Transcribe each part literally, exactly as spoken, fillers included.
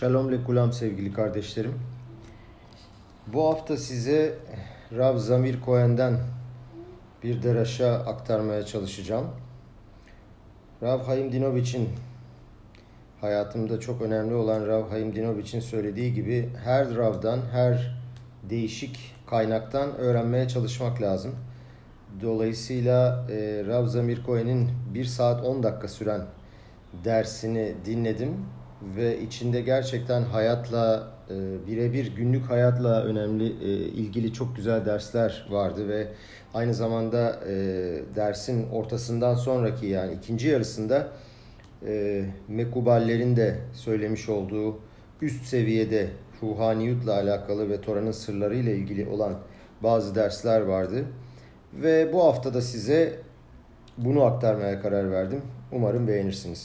Shalom lekulam sevgili kardeşlerim. Bu hafta size Rav Zamir Cohen'den bir deraşa aktarmaya çalışacağım. Rav Haim Dinovich'in, hayatımda çok önemli olan Rav Haim Dinovich'in söylediği gibi her Rav'dan, her değişik kaynaktan öğrenmeye çalışmak lazım. Dolayısıyla e, Rav Zamir Cohen'in bir saat on dakika süren dersini dinledim ve içinde gerçekten hayatla, e, birebir günlük hayatla önemli, e, ilgili çok güzel dersler vardı ve aynı zamanda e, dersin ortasından sonraki, yani ikinci yarısında e, Mekuballerin de söylemiş olduğu üst seviyede ruhaniyutla alakalı ve Tora'nın sırlarıyla ilgili olan bazı dersler vardı. Ve bu hafta da size bunu aktarmaya karar verdim. Umarım beğenirsiniz.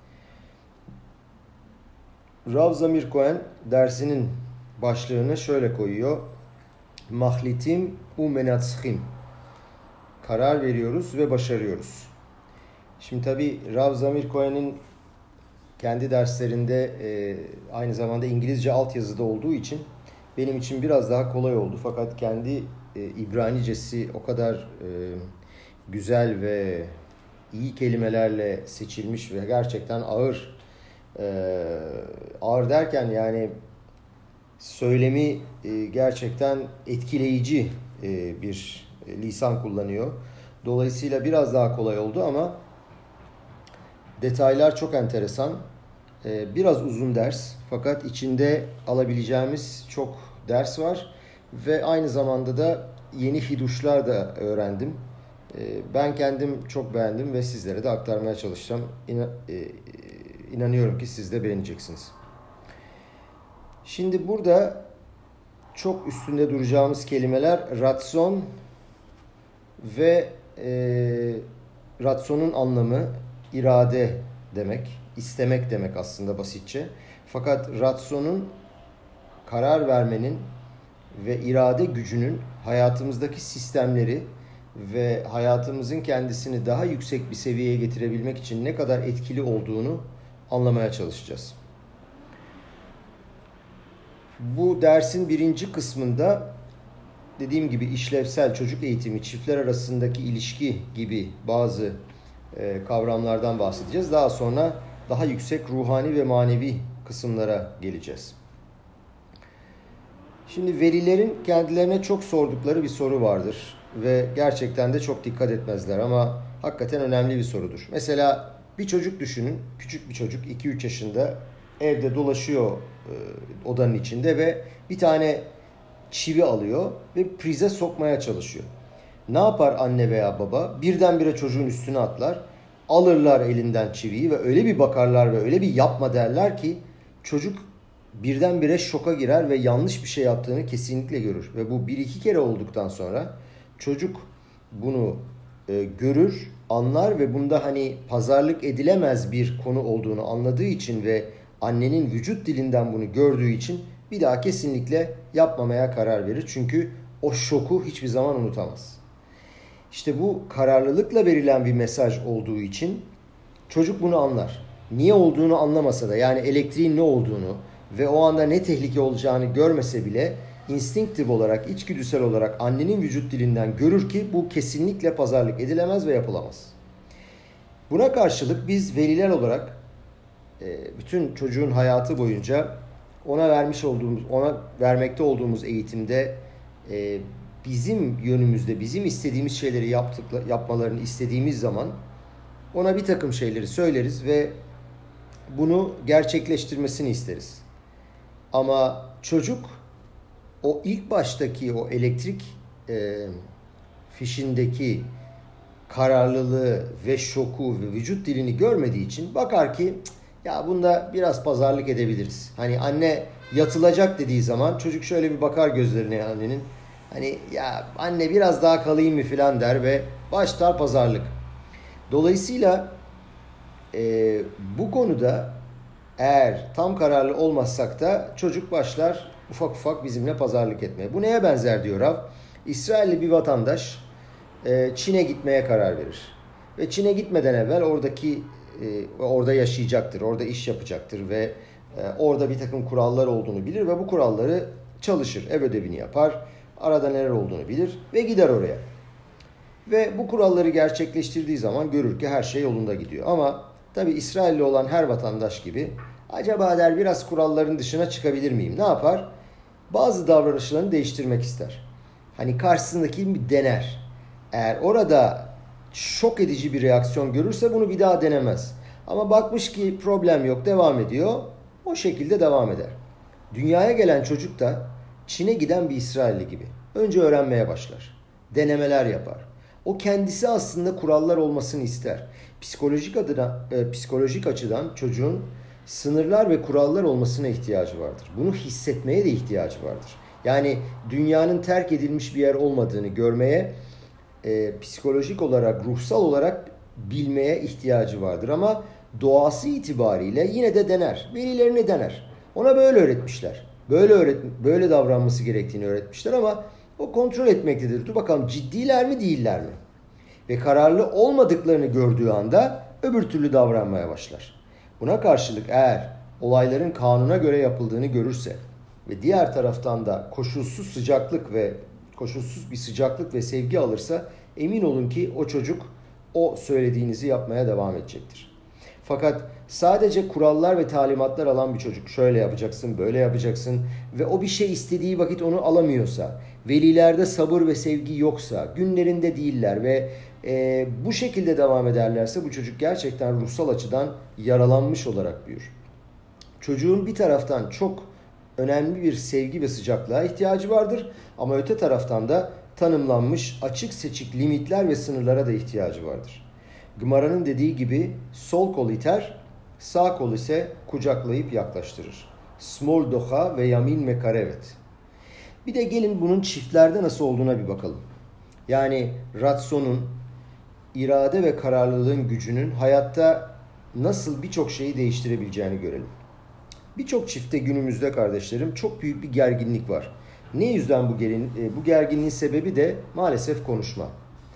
Rav Zamir Cohen dersinin başlığını şöyle koyuyor. Mahlitim u menatschim. Karar veriyoruz ve başarıyoruz. Şimdi tabii Rav Zamir Cohen'in kendi derslerinde e, aynı zamanda İngilizce altyazıda olduğu için benim için biraz daha kolay oldu. Fakat kendi e, İbranicesi o kadar e, güzel ve iyi kelimelerle seçilmiş ve gerçekten ağır, e, ağır derken yani söylemi e, gerçekten etkileyici e, bir lisan kullanıyor. Dolayısıyla biraz daha kolay oldu ama detaylar çok enteresan. E, biraz uzun ders fakat içinde alabileceğimiz çok ders var ve aynı zamanda da yeni hiduşlar da öğrendim. E, ben kendim çok beğendim ve sizlere de aktarmaya çalışacağım. İna, e, inanıyorum ki siz de beğeneceksiniz. Şimdi burada çok üstünde duracağımız kelimeler ratson ve e, ratsonun anlamı irade demek, istemek demek aslında basitçe. Fakat ratsonun, karar vermenin ve irade gücünün hayatımızdaki sistemleri ve hayatımızın kendisini daha yüksek bir seviyeye getirebilmek için ne kadar etkili olduğunu anlamaya çalışacağız. Bu dersin birinci kısmında dediğim gibi işlevsel çocuk eğitimi, çiftler arasındaki ilişki gibi bazı e, kavramlardan bahsedeceğiz. Daha sonra daha yüksek ruhani ve manevi kısımlara geleceğiz. Şimdi velilerin kendilerine çok sordukları bir soru vardır ve gerçekten de çok dikkat etmezler ama hakikaten önemli bir sorudur. Mesela bir çocuk düşünün, küçük bir çocuk iki üç yaşında evde dolaşıyor e, odanın içinde ve bir tane çivi alıyor ve prize sokmaya çalışıyor. Ne yapar anne veya baba? Birdenbire çocuğun üstüne atlar, alırlar elinden çiviyi ve öyle bir bakarlar ve öyle bir yapma derler ki çocuk birdenbire şoka girer ve yanlış bir şey yaptığını kesinlikle görür. Ve bu bir iki kere olduktan sonra çocuk bunu e, görür, anlar ve bunda hani pazarlık edilemez bir konu olduğunu anladığı için ve annenin vücut dilinden bunu gördüğü için bir daha kesinlikle yapmamaya karar verir. Çünkü o şoku hiçbir zaman unutamaz. İşte bu kararlılıkla verilen bir mesaj olduğu için çocuk bunu anlar. Niye olduğunu anlamasa da, yani elektriğin ne olduğunu ve o anda ne tehlike olacağını görmese bile instinktif olarak, içgüdüsel olarak annenin vücut dilinden görür ki bu kesinlikle pazarlık edilemez ve yapılamaz. Buna karşılık biz veliler olarak bütün çocuğun hayatı boyunca ona vermiş olduğumuz, ona vermekte olduğumuz eğitimde bizim yönümüzde, bizim istediğimiz şeyleri yaptıkla, yapmalarını istediğimiz zaman ona bir takım şeyleri söyleriz ve bunu gerçekleştirmesini isteriz. Ama çocuk o ilk baştaki o elektrik e, fişindeki kararlılığı ve şoku ve vücut dilini görmediği için bakar ki ya bunda biraz pazarlık edebiliriz. Hani anne yatılacak dediği zaman çocuk şöyle bir bakar gözlerine annenin. Hani ya anne biraz daha kalayım mı filan der ve başlar pazarlık. Dolayısıyla e, bu konuda eğer tam kararlı olmazsak da çocuk başlar ufak ufak bizimle pazarlık etmeye. Bu neye benzer diyor Rav? İsrailli bir vatandaş e, Çin'e gitmeye karar verir. Ve Çin'e gitmeden evvel oradaki e, orada yaşayacaktır, orada iş yapacaktır ve Orada bir takım kurallar olduğunu bilir ve bu kuralları çalışır. Ev ödevini yapar. Arada neler olduğunu bilir ve gider oraya. Ve bu kuralları gerçekleştirdiği zaman görür ki her şey yolunda gidiyor. Ama tabii İsrailli olan her vatandaş gibi acaba der biraz kuralların dışına çıkabilir miyim? Ne yapar? Bazı davranışlarını değiştirmek ister. Hani karşısındaki bir dener. Eğer orada şok edici bir reaksiyon görürse bunu bir daha denemez. Ama bakmış ki problem yok, devam ediyor. O şekilde devam eder. Dünyaya gelen çocuk da Çin'e giden bir İsrailli gibi. Önce öğrenmeye başlar. Denemeler yapar. O kendisi aslında kurallar olmasını ister. Psikolojik adına, e, psikolojik açıdan çocuğun sınırlar ve kurallar olmasına ihtiyacı vardır. Bunu hissetmeye de ihtiyacı vardır. Yani dünyanın terk edilmiş bir yer olmadığını görmeye, e, psikolojik olarak, ruhsal olarak bilmeye ihtiyacı vardır. Ama doğası itibariyle yine de dener. Velilerini dener. Ona böyle öğretmişler. Böyle öğret, böyle davranması gerektiğini öğretmişler ama o kontrol etmektedir. Dur bakalım ciddiler mi değiller mi? Ve kararlı olmadıklarını gördüğü anda öbür türlü davranmaya başlar. Buna karşılık eğer olayların kanuna göre yapıldığını görürse ve diğer taraftan da koşulsuz sıcaklık ve koşulsuz bir sıcaklık ve sevgi alırsa emin olun ki o çocuk o söylediğinizi yapmaya devam edecektir. Fakat sadece kurallar ve talimatlar alan bir çocuk şöyle yapacaksın, böyle yapacaksın ve o bir şey istediği vakit onu alamıyorsa, velilerde sabır ve sevgi yoksa, günlerinde değiller ve e, bu şekilde devam ederlerse bu çocuk gerçekten ruhsal açıdan yaralanmış olarak büyür. Çocuğun bir taraftan çok önemli bir sevgi ve sıcaklığa ihtiyacı vardır ama öte taraftan da tanımlanmış açık seçik limitler ve sınırlara da ihtiyacı vardır. Gımara'nın dediği gibi sol kol iter, sağ kol ise kucaklayıp yaklaştırır. Smol doha ve yamin mekarevet. Bir de gelin bunun çiftlerde nasıl olduğuna bir bakalım. Yani ratsonun, irade ve kararlılığın gücünün hayatta nasıl birçok şeyi değiştirebileceğini görelim. Birçok çiftte günümüzde kardeşlerim çok büyük bir gerginlik var. Ne yüzden bu, gerin, bu gerginliğin sebebi de maalesef konuşma.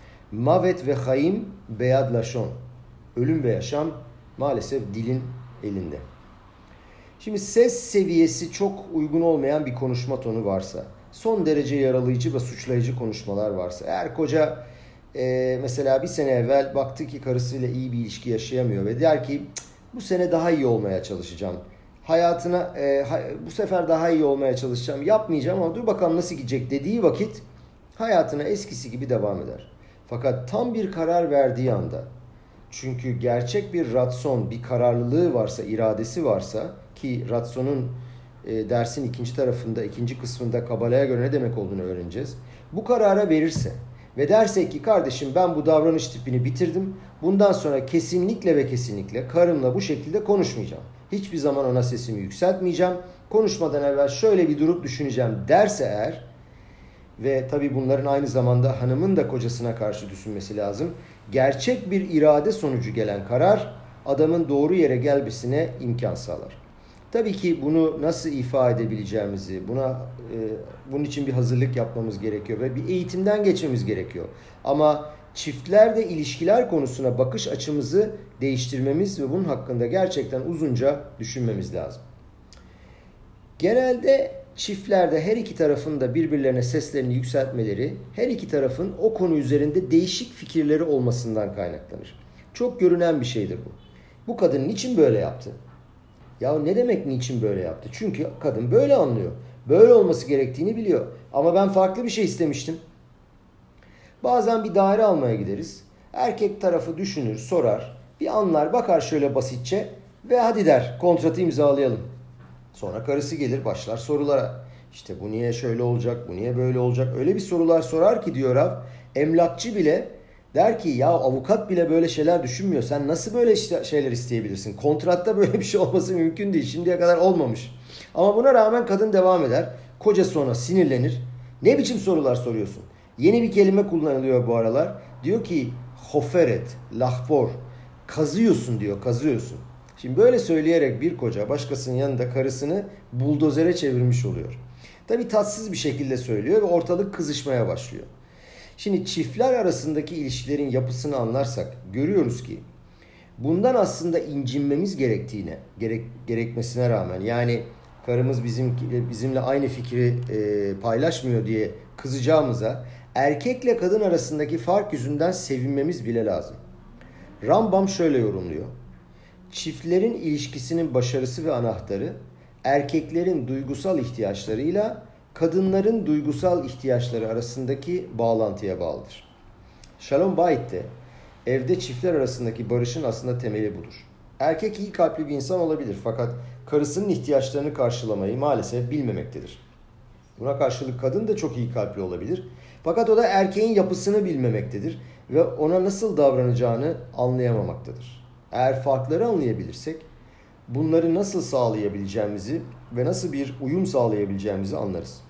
Mavet ve hayim beyad lashon. Ölüm ve yaşam maalesef dilin elinde. Şimdi ses seviyesi çok uygun olmayan bir konuşma tonu varsa, son derece yaralayıcı ve suçlayıcı konuşmalar varsa, eğer koca e, mesela bir sene evvel baktı ki karısıyla iyi bir ilişki yaşayamıyor ve der ki bu sene daha iyi olmaya çalışacağım. Hayatına e, bu sefer daha iyi olmaya çalışacağım. Yapmayacağım ama dur bakalım nasıl gidecek dediği vakit hayatına eskisi gibi devam eder. Fakat tam bir karar verdiği anda, çünkü gerçek bir ratson, bir kararlılığı varsa, iradesi varsa ki ratsonun e, dersin ikinci tarafında, ikinci kısmında Kabala'ya göre ne demek olduğunu öğreneceğiz. Bu karara verirse ve derse ki kardeşim ben bu davranış tipini bitirdim. Bundan sonra kesinlikle ve kesinlikle karımla bu şekilde konuşmayacağım. Hiçbir zaman ona sesimi yükseltmeyeceğim. Konuşmadan evvel şöyle bir durup düşüneceğim derse eğer ve tabii bunların aynı zamanda hanımın da kocasına karşı düşünmesi lazım. Gerçek bir irade sonucu gelen karar adamın doğru yere gelmesine imkan sağlar. Tabii ki bunu nasıl ifade edebileceğimizi, buna e, bunun için bir hazırlık yapmamız gerekiyor ve bir eğitimden geçmemiz gerekiyor. Ama çiftlerde ilişkiler konusuna bakış açımızı değiştirmemiz ve bunun hakkında gerçekten uzunca düşünmemiz lazım. Genelde çiftlerde her iki tarafın da birbirlerine seslerini yükseltmeleri, her iki tarafın o konu üzerinde değişik fikirleri olmasından kaynaklanır. Çok görünen bir şeydir bu. Bu kadın niçin böyle yaptı? Ya ne demek niçin böyle yaptı? Çünkü kadın böyle anlıyor. Böyle olması gerektiğini biliyor. Ama ben farklı bir şey istemiştim. Bazen bir daire almaya gideriz. Erkek tarafı düşünür, sorar. Bir anlar, bakar şöyle basitçe ve hadi der kontratı imzalayalım. Sonra karısı gelir başlar sorulara. İşte bu niye şöyle olacak, bu niye böyle olacak? Öyle bir sorular sorar ki diyor Rab, emlakçı bile der ki ya avukat bile böyle şeyler düşünmüyor. Sen nasıl böyle şeyler isteyebilirsin? Kontratta böyle bir şey olması mümkün değil. Şimdiye kadar olmamış. Ama buna rağmen kadın devam eder. Koca sonra sinirlenir. Ne biçim sorular soruyorsun? Yeni bir kelime kullanılıyor bu aralar. Diyor ki hoferet, lahfor. Kazıyorsun diyor, kazıyorsun. Şimdi böyle söyleyerek bir koca başkasının yanında karısını buldozere çevirmiş oluyor. Tabii tatsız bir şekilde söylüyor ve ortalık kızışmaya başlıyor. Şimdi çiftler arasındaki ilişkilerin yapısını anlarsak görüyoruz ki Bundan aslında incinmemiz gerektiğine, gerek, gerekmesine rağmen, yani karımız bizim bizimle aynı fikri e, paylaşmıyor diye kızacağımıza, erkekle kadın arasındaki fark yüzünden sevinmemiz bile lazım. Rambam şöyle yorumluyor. Çiftlerin ilişkisinin başarısı ve anahtarı, erkeklerin duygusal ihtiyaçlarıyla kadınların duygusal ihtiyaçları arasındaki bağlantıya bağlıdır. Shalom Bayit'te evde çiftler arasındaki barışın aslında temeli budur. Erkek iyi kalpli bir insan olabilir fakat karısının ihtiyaçlarını karşılamayı maalesef bilmemektedir. Buna karşılık kadın da çok iyi kalpli olabilir fakat o da erkeğin yapısını bilmemektedir ve ona nasıl davranacağını anlayamamaktadır. Eğer farkları anlayabilirsek bunları nasıl sağlayabileceğimizi ve nasıl bir uyum sağlayabileceğimizi anlarız.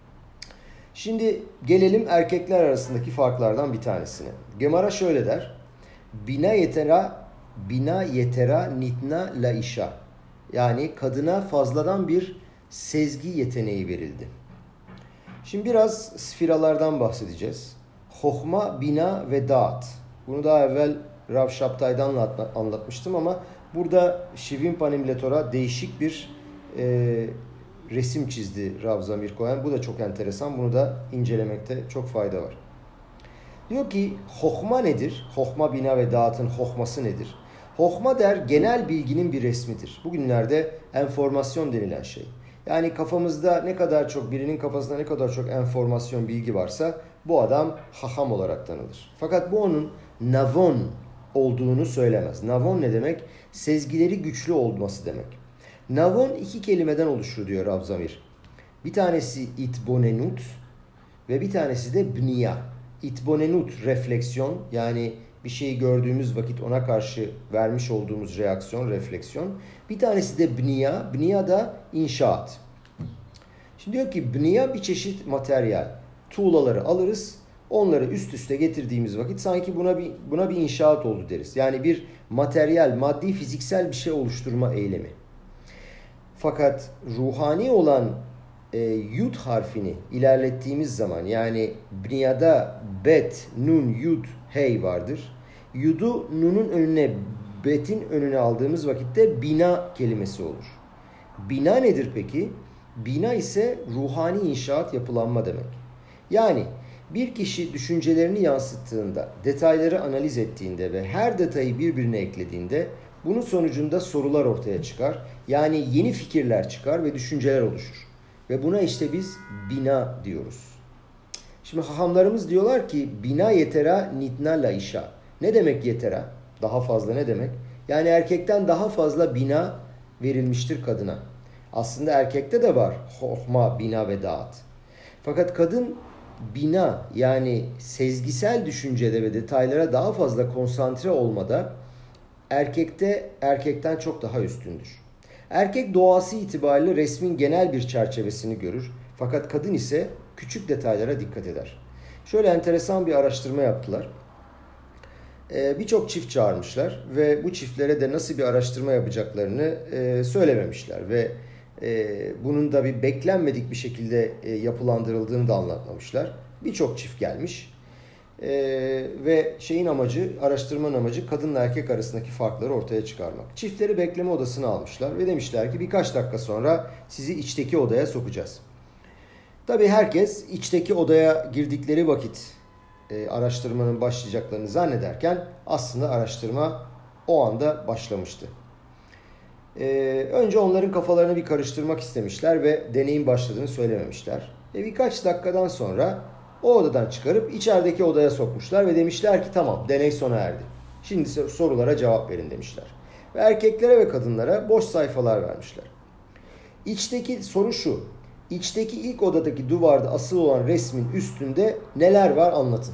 Şimdi gelelim erkekler arasındaki farklardan bir tanesine. Gemara şöyle der. Bina yetera, bina yetera nitna la işa. Yani kadına fazladan bir sezgi yeteneği verildi. Şimdi biraz sfiralardan bahsedeceğiz. Hohma, bina ve dağıt. Bunu daha evvel Rav Shabtai'dan anlatmıştım ama burada Shivim Panim Letor'a değişik bir e, resim çizdi Rav Zamir Cohen. Bu da çok enteresan. Bunu da incelemekte çok fayda var. Diyor ki hohma nedir? Hohma, bina ve dağıtın hohması nedir? Hohma der genel bilginin bir resmidir. Bugünlerde enformasyon denilen şey. Yani kafamızda ne kadar çok, birinin kafasında ne kadar çok enformasyon, bilgi varsa bu adam haham olarak tanılır. Fakat bu onun navon olduğunu söylemez. Navon ne demek? Sezgileri güçlü olması demek. Navon iki kelimeden oluşur diyor Rav Zamir. Bir tanesi itbonenut ve bir tanesi de bniya. İtbonenut refleksiyon, yani bir şeyi gördüğümüz vakit ona karşı vermiş olduğumuz reaksiyon, refleksiyon. Bir tanesi de bniya. Bniya da inşaat. Şimdi diyor ki bniya bir çeşit materyal. Tuğlaları alırız. Onları üst üste getirdiğimiz vakit sanki buna bir buna bir inşaat oldu deriz. Yani bir materyal, maddi, fiziksel bir şey oluşturma eylemi. Fakat ruhani olan e, yud harfini ilerlettiğimiz zaman, yani bniyada bet, nun, yud, hey vardır. Yudu nunun önüne, betin önüne aldığımız vakitte bina kelimesi olur. Bina nedir peki? Bina ise ruhani inşaat, yapılanma demek. Yani bir kişi düşüncelerini yansıttığında, detayları analiz ettiğinde ve her detayı birbirine eklediğinde bunun sonucunda sorular ortaya çıkar. Yani yeni fikirler çıkar ve düşünceler oluşur. Ve buna işte biz bina diyoruz. Şimdi hahamlarımız diyorlar ki bina yetera nitna la işa. Ne demek yetera? Daha fazla ne demek? Yani erkekten daha fazla bina verilmiştir kadına. Aslında erkekte de var hohma, bina ve dağıt. Fakat kadın bina, yani sezgisel düşüncede ve detaylara daha fazla konsantre olmada erkekte erkekten çok daha üstündür. Erkek doğası itibariyle resmin genel bir çerçevesini görür. Fakat kadın ise küçük detaylara dikkat eder. Şöyle enteresan bir araştırma yaptılar. Ee, Birçok çift çağırmışlar ve bu çiftlere de nasıl bir araştırma yapacaklarını e, söylememişler. Ve e, bunun da bir beklenmedik bir şekilde e, yapılandırıldığını da anlatmamışlar. Birçok çift gelmiş. Ee, ve şeyin amacı, araştırmanın amacı kadınla erkek arasındaki farkları ortaya çıkarmak. Çiftleri bekleme odasına almışlar ve demişler ki birkaç dakika sonra sizi içteki odaya sokacağız. Tabii herkes içteki odaya girdikleri vakit e, araştırmanın başlayacaklarını zannederken aslında araştırma o anda başlamıştı. Ee, önce onların kafalarını bir karıştırmak istemişler ve deneyin başladığını söylememişler. E, birkaç dakikadan sonra o odadan çıkarıp içerideki odaya sokmuşlar ve demişler ki tamam, deney sona erdi. Şimdi sorulara cevap verin demişler. Ve erkeklere ve kadınlara boş sayfalar vermişler. İçteki soru şu. İçteki ilk odadaki duvarda asılı olan resmin üstünde neler var anlatın.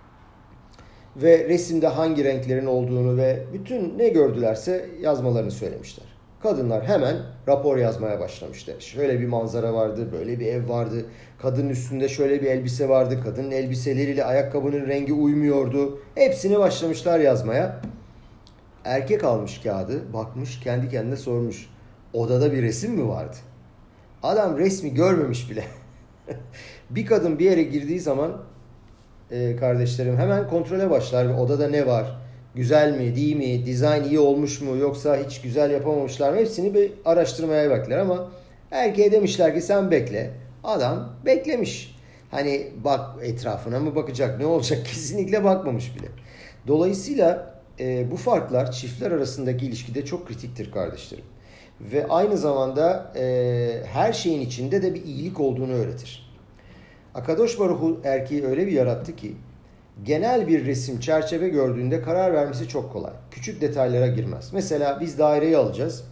Ve resimde hangi renklerin olduğunu ve bütün ne gördülerse yazmalarını söylemişler. Kadınlar hemen rapor yazmaya başlamışlar. Şöyle bir manzara vardı, böyle bir ev vardı. Kadının üstünde şöyle bir elbise vardı. Kadının elbiseleriyle ayakkabının rengi uymuyordu. Hepsini başlamışlar yazmaya. Erkek almış kağıdı, bakmış, kendi kendine sormuş. Odada bir resim mi vardı? Adam resmi görmemiş bile. Bir kadın bir yere girdiği zaman e, kardeşlerim hemen kontrole başlar ve odada ne var, Güzel mi, değil mi, dizayn iyi olmuş mu, yoksa hiç güzel yapamamışlar mı, hepsini bir araştırmaya baktılar ama erkeğe demişler ki sen bekle. Adam beklemiş. Hani bak, etrafına mı bakacak, ne olacak, kesinlikle bakmamış bile. Dolayısıyla e, bu farklar çiftler arasındaki ilişkide çok kritiktir kardeşlerim. Ve aynı zamanda e, her şeyin içinde de bir iyilik olduğunu öğretir. Akadosh Baruhu erkeği öyle bir yarattı ki genel bir resim, çerçeve gördüğünde karar vermesi çok kolay. Küçük detaylara girmez. Mesela biz daireyi alacağız.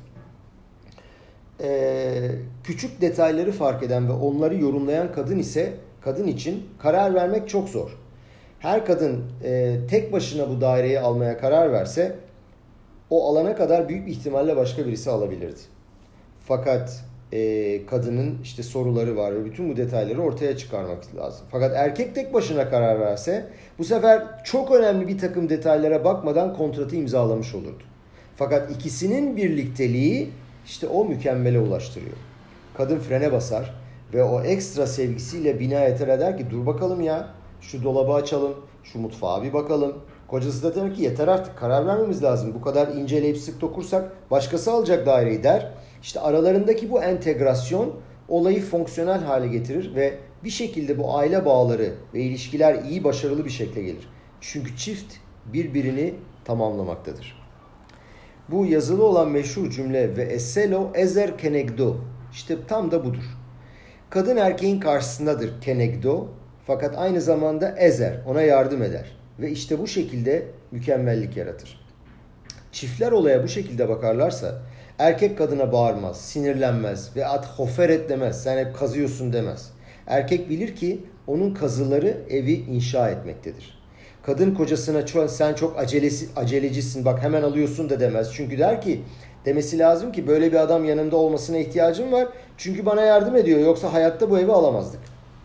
Ee, küçük detayları fark eden ve onları yorumlayan kadın ise kadın için karar vermek çok zor. Her kadın e, tek başına bu daireyi almaya karar verse o alana kadar büyük bir ihtimalle başka birisi alabilirdi. Fakat e, kadının işte soruları var ve bütün bu detayları ortaya çıkarmak lazım. Fakat erkek tek başına karar verse bu sefer çok önemli bir takım detaylara bakmadan kontratı imzalamış olurdu. Fakat ikisinin birlikteliği işte o mükemmele ulaştırıyor. Kadın frene basar ve o ekstra sevgisiyle binayet eder ki dur bakalım ya, şu dolabı açalım, şu mutfağa bir bakalım. Kocası da der ki yeter artık, karar vermemiz lazım. Bu kadar inceleyip sık dokursak başkası alacak daireyi der. İşte aralarındaki bu entegrasyon olayı fonksiyonel hale getirir ve bir şekilde bu aile bağları ve ilişkiler iyi, başarılı bir şekle gelir. Çünkü çift birbirini tamamlamaktadır. Bu yazılı olan meşhur cümle ve esselo ezer kenegdo, işte tam da budur. Kadın erkeğin karşısındadır kenegdo, fakat aynı zamanda ezer, ona yardım eder. Ve işte bu şekilde mükemmellik yaratır. Çiftler olaya bu şekilde bakarlarsa erkek kadına bağırmaz, sinirlenmez ve at hoferet demez, sen hep kazıyorsun demez. Erkek bilir ki onun kazıları evi inşa etmektedir. Kadın kocasına sen çok acelesi, acelecisin bak hemen alıyorsun da demez. Çünkü der ki demesi lazım ki böyle bir adam yanımda olmasına ihtiyacım var. Çünkü bana yardım ediyor, yoksa hayatta bu evi alamazdık.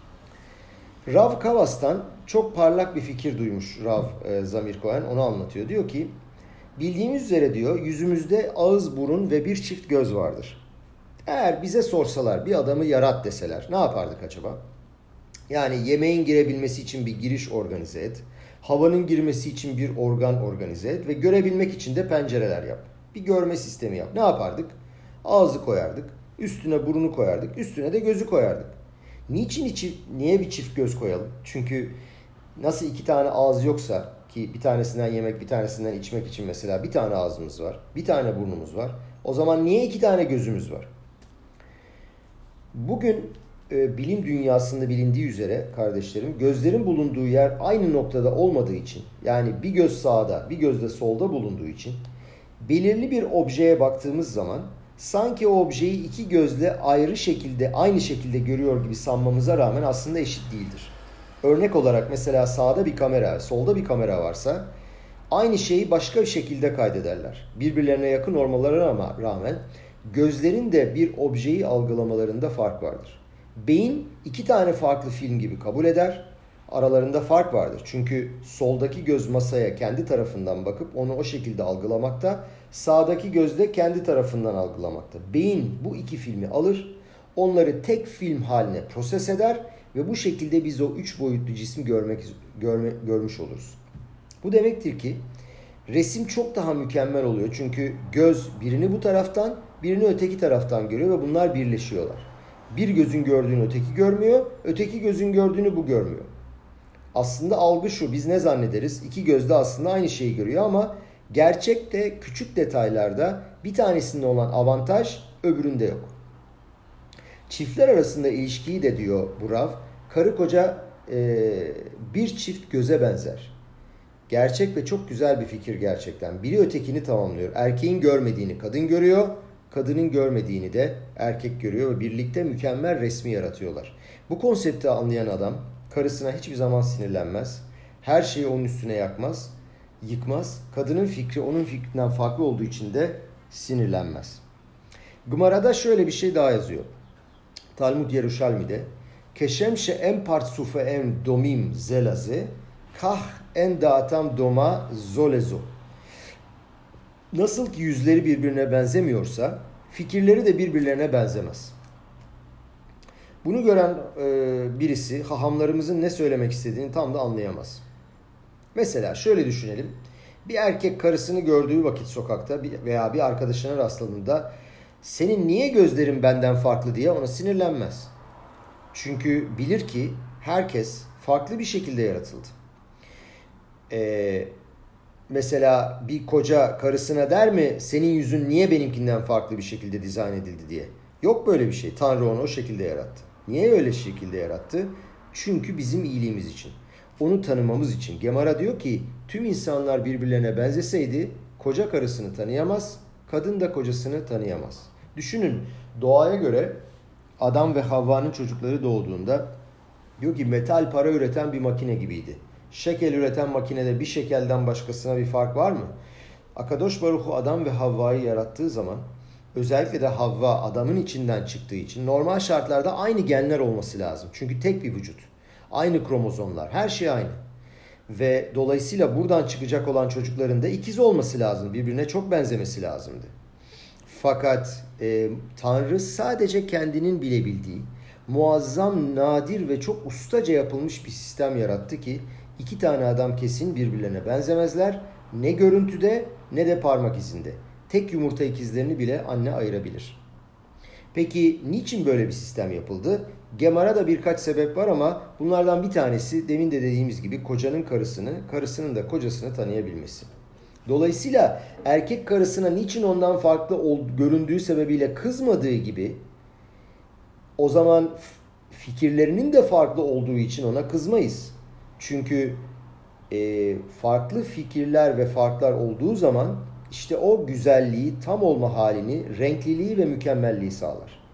Rav Kavas'tan çok parlak bir fikir duymuş Rav e, Zamir Cohen, onu anlatıyor. Diyor ki bildiğimiz üzere diyor yüzümüzde ağız, burun ve bir çift göz vardır. Eğer bize sorsalar bir adamı yarat deseler ne yapardık acaba? Yani yemeğin girebilmesi için bir giriş organize et. Havanın girmesi için bir organ organize et. Ve görebilmek için de pencereler yap. Bir görme sistemi yap. Ne yapardık? Ağzı koyardık. Üstüne burunu koyardık. Üstüne de gözü koyardık. Niçin çift, niye bir çift göz koyalım? Çünkü nasıl iki tane ağız yoksa ki bir tanesinden yemek bir tanesinden içmek için mesela bir tane ağzımız var. Bir tane burnumuz var. O zaman niye iki tane gözümüz var? Bugün e, bilim dünyasında bilindiği üzere kardeşlerim gözlerin bulunduğu yer aynı noktada olmadığı için, yani bir göz sağda bir göz de solda bulunduğu için belirli bir objeye baktığımız zaman sanki o objeyi iki gözle ayrı şekilde aynı şekilde görüyor gibi sanmamıza rağmen aslında eşit değildir. Örnek olarak mesela sağda bir kamera, solda bir kamera varsa aynı şeyi başka bir şekilde kaydederler. Birbirlerine yakın olmalarına rağmen gözlerin de bir objeyi algılamalarında fark vardır. Beyin iki tane farklı film gibi kabul eder. Aralarında fark vardır. Çünkü soldaki göz masaya kendi tarafından bakıp onu o şekilde algılamakta, sağdaki göz de kendi tarafından algılamakta. Beyin bu iki filmi alır, onları tek film haline proses eder ve bu şekilde biz o üç boyutlu cismi görmek, görme, görmüş oluruz. Bu demektir ki resim çok daha mükemmel oluyor. Çünkü göz birini bu taraftan, birini öteki taraftan görüyor ve bunlar birleşiyorlar. Bir gözün gördüğünü öteki görmüyor, öteki gözün gördüğünü bu görmüyor. Aslında algı şu, biz ne zannederiz? İki gözde aslında aynı şeyi görüyor ama gerçekte küçük detaylarda bir tanesinde olan avantaj öbüründe yok. Çiftler arasında ilişkiyi de diyor bu Rav, karı koca e, bir çift göze benzer. Gerçek ve çok güzel bir fikir gerçekten. Biri ötekini tamamlıyor. Erkeğin görmediğini kadın görüyor, kadının görmediğini de erkek görüyor ve birlikte mükemmel resmi yaratıyorlar. Bu konsepti anlayan adam karısına hiçbir zaman sinirlenmez. Her şeyi onun üstüne yakmaz, yıkmaz. Kadının fikri onun fikrinden farklı olduğu için de sinirlenmez. Gumara'da şöyle bir şey daha yazıyor. Talmud Yeruşalmi'de Keşem she'em partsufe em domim zelaze kah en dağıtam doma zolezo. Nasıl ki yüzleri birbirine benzemiyorsa fikirleri de birbirlerine benzemez. Bunu gören e, birisi hahamlarımızın ne söylemek istediğini tam da anlayamaz. Mesela şöyle düşünelim. Bir erkek karısını gördüğü vakit sokakta veya bir arkadaşına rastladığında senin niye gözlerin benden farklı diye ona sinirlenmez. Çünkü bilir ki herkes farklı bir şekilde yaratıldı. Ee, mesela bir koca karısına der mi senin yüzün niye benimkinden farklı bir şekilde dizayn edildi diye. Yok böyle bir şey. Tanrı onu o şekilde yarattı. Niye öyle şekilde yarattı? Çünkü bizim iyiliğimiz için. Onu tanımamız için. Gemara diyor ki tüm insanlar birbirlerine benzeseydi koca karısını tanıyamaz, kadın da kocasını tanıyamaz. Düşünün, doğaya göre Adam ve Havva'nın çocukları doğduğunda diyor ki metal para üreten bir makine gibiydi. Şekel üreten makinede bir şekelden başkasına bir fark var mı? Akadosh Baruch Hu Adam ve Havva'yı yarattığı zaman özellikle de Havva adamın içinden çıktığı için normal şartlarda aynı genler olması lazım. Çünkü tek bir vücut. Aynı kromozomlar. Her şey aynı. Ve dolayısıyla buradan çıkacak olan çocukların da ikiz olması lazım. Birbirine çok benzemesi lazımdı. Fakat e, Tanrı sadece kendinin bilebildiği muazzam, nadir ve çok ustaca yapılmış bir sistem yarattı ki iki tane adam kesin birbirlerine benzemezler. Ne görüntüde ne de parmak izinde. Tek yumurta ikizlerini bile anne ayırabilir. Peki niçin böyle bir sistem yapıldı? Gemara'da birkaç sebep var ama bunlardan bir tanesi demin de dediğimiz gibi kocanın karısını, karısının da kocasını tanıyabilmesi. Dolayısıyla erkek karısına niçin ondan farklı göründüğü sebebiyle kızmadığı gibi o zaman fikirlerinin de farklı olduğu için ona kızmayız. Çünkü e, farklı fikirler ve farklar olduğu zaman işte o güzelliği, tam olma halini, renkliliği ve mükemmelliği sağlar.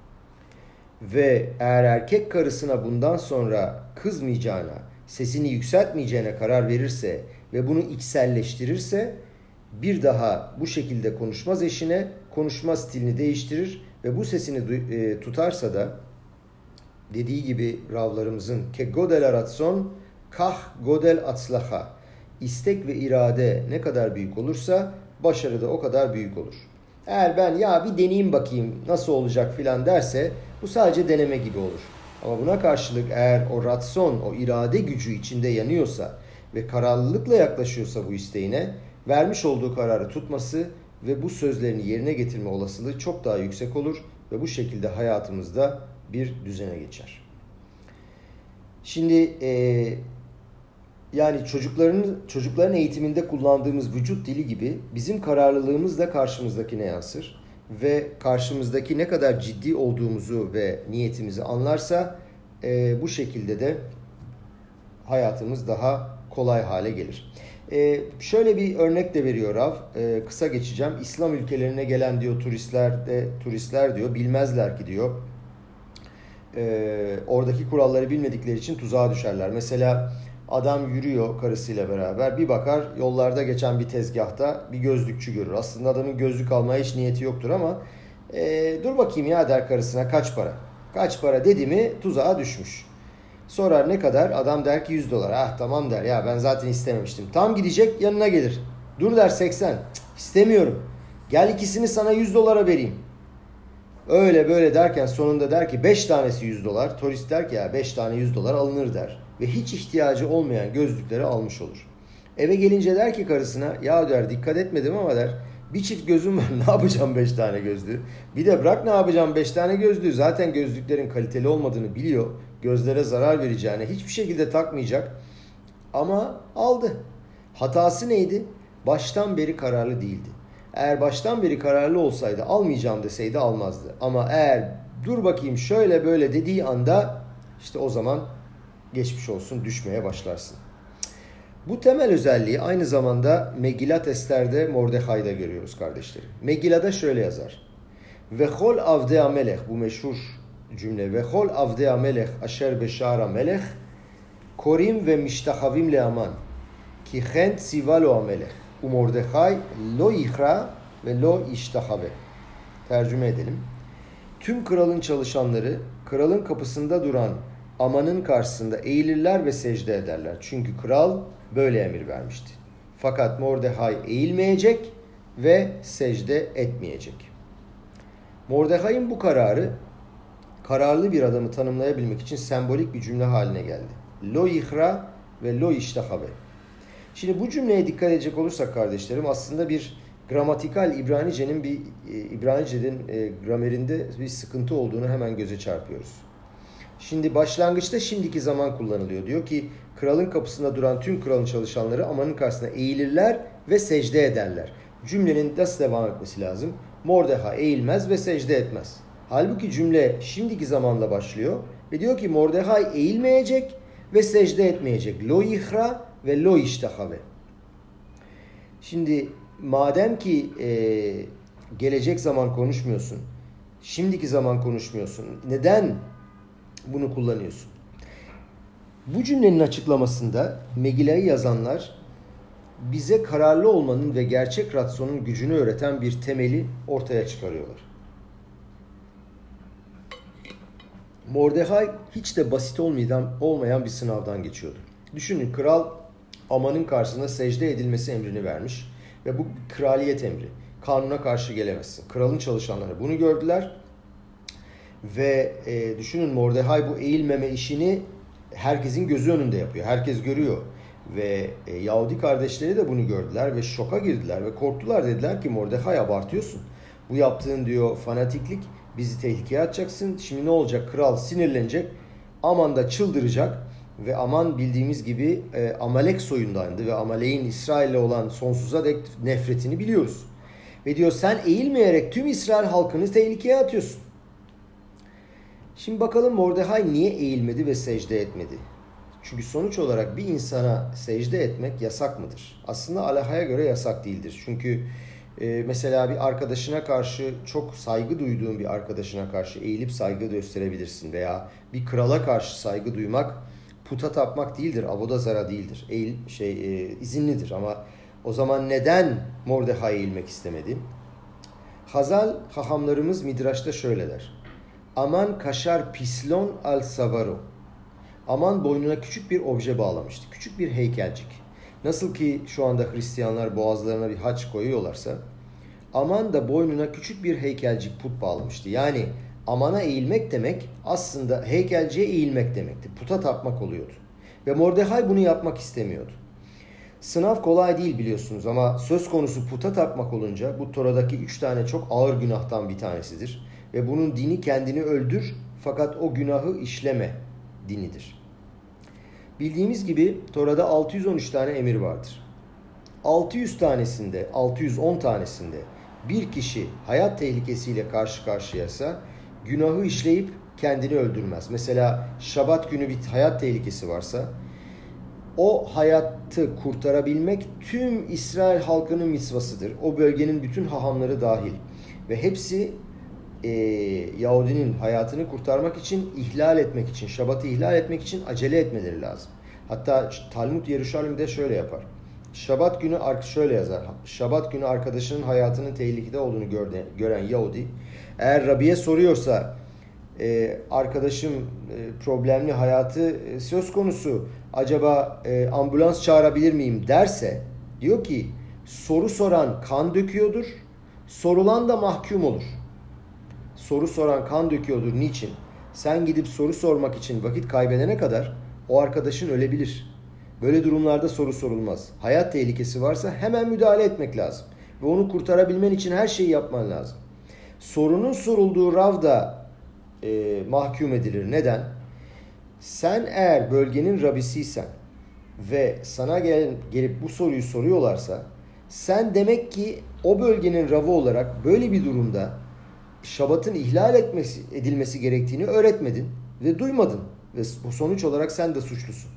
Ve eğer erkek karısına bundan sonra kızmayacağına, sesini yükseltmeyeceğine karar verirse ve bunu içselleştirirse bir daha bu şekilde konuşmaz eşine, konuşma stilini değiştirir ve bu sesini e, tutarsa da dediği gibi Ravlarımızın ke godel aratson kah godel atslaha, istek ve irade ne kadar büyük olursa başarı da o kadar büyük olur. Eğer ben ya bir deneyeyim bakayım nasıl olacak filan derse bu sadece deneme gibi olur. Ama buna karşılık eğer o ratson, o irade gücü içinde yanıyorsa ve kararlılıkla yaklaşıyorsa bu isteğine, vermiş olduğu kararı tutması ve bu sözlerini yerine getirme olasılığı çok daha yüksek olur ve bu şekilde hayatımızda bir düzene geçer. Şimdi e, yani çocukların çocukların eğitiminde kullandığımız vücut dili gibi bizim kararlılığımız da karşımızdakine yansır ve karşımızdaki ne kadar ciddi olduğumuzu ve niyetimizi anlarsa e, bu şekilde de hayatımız daha kolay hale gelir. Ee, şöyle bir örnek de veriyor Rav. Ee, kısa geçeceğim. İslam ülkelerine gelen diyor turistler de turistler diyor bilmezler ki diyor. Ee, oradaki kuralları bilmedikleri için tuzağa düşerler. Mesela adam yürüyor karısıyla beraber. Bir bakar yollarda geçen bir tezgahta bir gözlükçü görür. Aslında adamın gözlük almaya hiç niyeti yoktur ama e, dur bakayım ya der karısına kaç para? Kaç para dedi mi tuzağa düşmüş. Sorar ne kadar? Adam der ki yüz dolar. Ah tamam der ya ben zaten istememiştim. Tam gidecek yanına gelir. Dur der seksen. Cık, istemiyorum. Gel ikisini sana yüz dolara vereyim. Öyle böyle derken sonunda der ki beş tanesi yüz dolar. Turist der ki ya beş tane yüz dolar alınır der. Ve hiç ihtiyacı olmayan gözlükleri almış olur. Eve gelince der ki karısına ya der dikkat etmedim ama der bir çift gözüm var ne yapacağım beş tane gözlüğü. Bir de bırak ne yapacağım beş tane gözlüğü zaten gözlüklerin kaliteli olmadığını biliyor. Gözlere zarar vereceğini hiçbir şekilde takmayacak. Ama aldı. Hatası neydi? Baştan beri kararlı değildi. Eğer baştan beri kararlı olsaydı almayacağım deseydi almazdı. Ama eğer dur bakayım şöyle böyle dediği anda işte o zaman geçmiş olsun düşmeye başlarsın. Bu temel özelliği aynı zamanda Megillat Ester'de Mordechai'de görüyoruz kardeşlerim. Megilla'da şöyle yazar. Vechol avdei amelech, bu meşhur cümle. Vechol avdei amelech asher beşar amelech korim ve miştahavim leaman ki chen tziva lo amelech u Mordechai lo yichra ve lo ishtahave. Tercüme edelim. Tüm kralın çalışanları kralın kapısında duran Aman'ın karşısında eğilirler ve secde ederler. Çünkü kral böyle emir vermişti. Fakat Mordechai eğilmeyecek ve secde etmeyecek. Mordechai'nin bu kararı kararlı bir adamı tanımlayabilmek için sembolik bir cümle haline geldi. Lo ihra ve lo ishtahave. Şimdi bu cümleye dikkat edecek olursak kardeşlerim, aslında bir gramatikal İbranice'nin bir İbranice'nin e, gramerinde bir sıkıntı olduğunu hemen göze çarpıyoruz. Şimdi başlangıçta şimdiki zaman kullanılıyor. Diyor ki kralın kapısında duran tüm kralın çalışanları Aman'ın karşısına eğilirler ve secde ederler. Cümlenin nasıl devam etmesi lazım? Mordechai eğilmez ve secde etmez. Halbuki cümle şimdiki zamanla başlıyor ve diyor ki Mordechai eğilmeyecek ve secde etmeyecek. Lo yihra ve lo iştahave. Şimdi madem ki e, gelecek zaman konuşmuyorsun, şimdiki zaman konuşmuyorsun, neden bunu kullanıyorsun? Bu cümlenin açıklamasında Megilla'yı yazanlar bize kararlı olmanın ve gerçek rasyonun gücünü öğreten bir temeli ortaya çıkarıyorlar. Mordechai hiç de basit olmayan, olmayan bir sınavdan geçiyordu. Düşünün, kral Aman'ın karşısında secde edilmesi emrini vermiş ve bu kraliyet emri. Kanuna karşı gelemezsin. Kralın çalışanları bunu gördüler ve e, düşünün, Mordechai bu eğilmeme işini herkesin gözü önünde yapıyor. Herkes görüyor ve e, Yahudi kardeşleri de bunu gördüler ve şoka girdiler ve korktular. Dediler ki Mordechai, abartıyorsun. Bu yaptığın diyor fanatiklik, bizi tehlikeye atacaksın. Şimdi ne olacak? Kral sinirlenecek. Aman da çıldıracak ve Aman bildiğimiz gibi e, Amalek soyundandı ve Amalek'in İsrail'le olan sonsuza dek nefretini biliyoruz. Ve diyor sen eğilmeyerek tüm İsrail halkını tehlikeye atıyorsun. Şimdi bakalım Mordechai niye eğilmedi ve secde etmedi? Çünkü sonuç olarak bir insana secde etmek yasak mıdır? Aslında alahaya göre yasak değildir. Çünkü e, mesela bir arkadaşına karşı, çok saygı duyduğun bir arkadaşına karşı eğilip saygı gösterebilirsin. Veya bir krala karşı saygı duymak puta tapmak değildir, avoda zara değildir. Eğil, şey, e, izinlidir ama o zaman neden Mordechai eğilmek istemedi? Hazal hahamlarımız Midraş'ta şöyle der. Aman kaşar pislon al savaro. Aman boynuna küçük bir obje bağlamıştı. Küçük bir heykelcik. Nasıl ki şu anda Hristiyanlar boğazlarına bir haç koyuyorlarsa, Aman da boynuna küçük bir heykelcik, put bağlamıştı. Yani Aman'a eğilmek demek aslında heykelciye eğilmek demekti. Puta tapmak oluyordu. Ve Mordechai bunu yapmak istemiyordu. Sınav kolay değil biliyorsunuz ama söz konusu puta tapmak olunca bu Tora'daki üç tane çok ağır günahtan bir tanesidir. Ve bunun dini kendini öldür fakat o günahı işleme dinidir. Bildiğimiz gibi Tora'da altı yüz on üç tane emir vardır. altı yüz tanesinde, altı yüz on tanesinde bir kişi hayat tehlikesiyle karşı karşıyaysa günahı işleyip kendini öldürmez. Mesela Şabat günü bir hayat tehlikesi varsa o hayatı kurtarabilmek tüm İsrail halkının mitzvasıdır. O bölgenin bütün hahamları dahil ve hepsi e, Yahudinin hayatını kurtarmak için, ihlal etmek için, Şabat'ı ihlal etmek için acele etmeleri lazım. Hatta Talmud Yeruşalim'de şöyle yapar. Şabat günü şöyle yazar. Şabat günü arkadaşının hayatının tehlikede olduğunu gören Yahudi eğer Rabbi'ye soruyorsa e, arkadaşım e, problemli, hayatı e, söz konusu, acaba e, ambulans çağırabilir miyim derse, diyor ki soru soran kan döküyordur, sorulan da mahkum olur. Soru soran kan döküyordur. Niçin? Sen gidip soru sormak için vakit kaybedene kadar o arkadaşın ölebilir. Böyle durumlarda soru sorulmaz. Hayat tehlikesi varsa hemen müdahale etmek lazım. Ve onu kurtarabilmen için her şeyi yapman lazım. Sorunun sorulduğu rav da e, mahkum edilir. Neden? Sen eğer bölgenin rabisiysen ve sana gel, gelip bu soruyu soruyorlarsa, sen demek ki o bölgenin ravı olarak böyle bir durumda Şabat'ın ihlal etmesi, edilmesi gerektiğini öğretmedin ve duymadın. Ve bu sonuç olarak sen de suçlusun.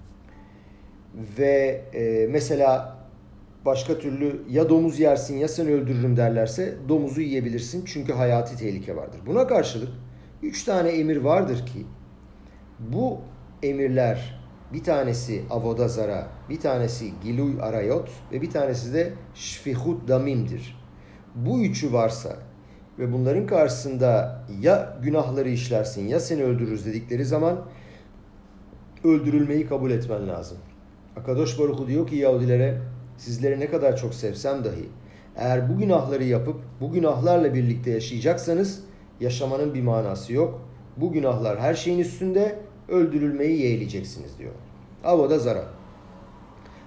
Ve e, mesela başka türlü ya domuz yersin ya seni öldürürüm derlerse domuzu yiyebilirsin çünkü hayati tehlike vardır. Buna karşılık üç tane emir vardır ki bu emirler, bir tanesi avoda zara, bir tanesi giluy arayot ve bir tanesi de şfihut damimdir. Bu üçü varsa ve bunların karşısında ya günahları işlersin ya seni öldürürüz dedikleri zaman öldürülmeyi kabul etmen lazım. Akadosh Baruch Hu diyor ki Yahudilere, sizleri ne kadar çok sevsem dahi eğer bu günahları yapıp bu günahlarla birlikte yaşayacaksanız yaşamanın bir manası yok. Bu günahlar her şeyin üstünde, öldürülmeyi yeğleyeceksiniz diyor. Avoda zara.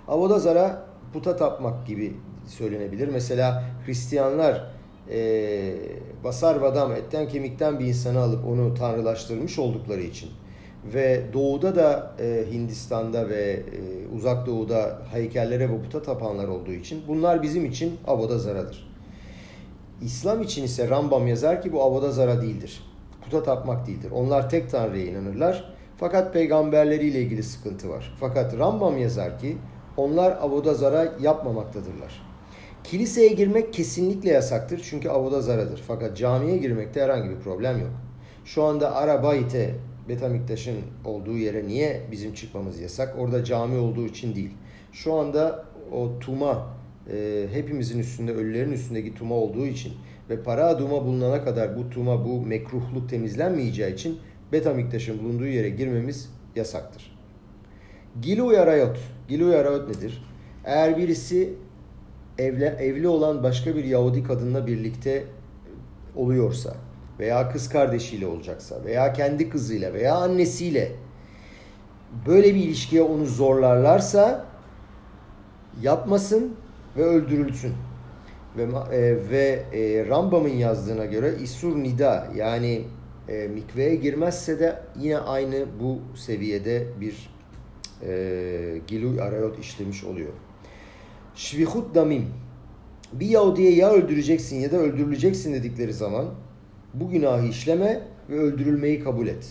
Avodazara puta tapmak gibi söylenebilir. Mesela Hristiyanlar e, basar vadam etten kemikten bir insanı alıp onu tanrılaştırmış oldukları için ve doğuda da e, Hindistan'da ve e, uzak doğuda heykellere ve puta tapanlar olduğu için bunlar bizim için avodazaradır. İslam için ise Rambam yazar ki bu avodazara değildir. Puta tapmak değildir. Onlar tek tanrıya inanırlar. Fakat peygamberleriyle ilgili sıkıntı var. Fakat Rambam yazar ki onlar avodazara yapmamaktadırlar. Kiliseye girmek kesinlikle yasaktır çünkü avodazaradır. Fakat camiye girmekte herhangi bir problem yok. Şu anda Arabayit'e, Betamiktaş'ın olduğu yere niye bizim çıkmamız yasak? Orada cami olduğu için değil. Şu anda o tuma, e, hepimizin üstünde, ölülerin üstündeki tuma olduğu için ve para duma bulunana kadar bu tuma, bu mekruhluk temizlenmeyeceği için Betamiktaş'ın bulunduğu yere girmemiz yasaktır. Giluy Arayot. Giluy Arayot nedir? Eğer birisi evli, evli olan başka bir Yahudi kadınla birlikte oluyorsa veya kız kardeşiyle olacaksa veya kendi kızıyla veya annesiyle böyle bir ilişkiye onu zorlarlarsa yapmasın ve öldürülsün. Ve, e, ve e, Rambam'ın yazdığına göre İsur Nida yani e, mikveye girmezse de yine aynı bu seviyede bir e, Giluy Arayot işlemiş oluyor. Şvihut Damim. Bir Yahudi'ye ya öldüreceksin ya da öldürüleceksin dedikleri zaman bu günahı işleme ve öldürülmeyi kabul et.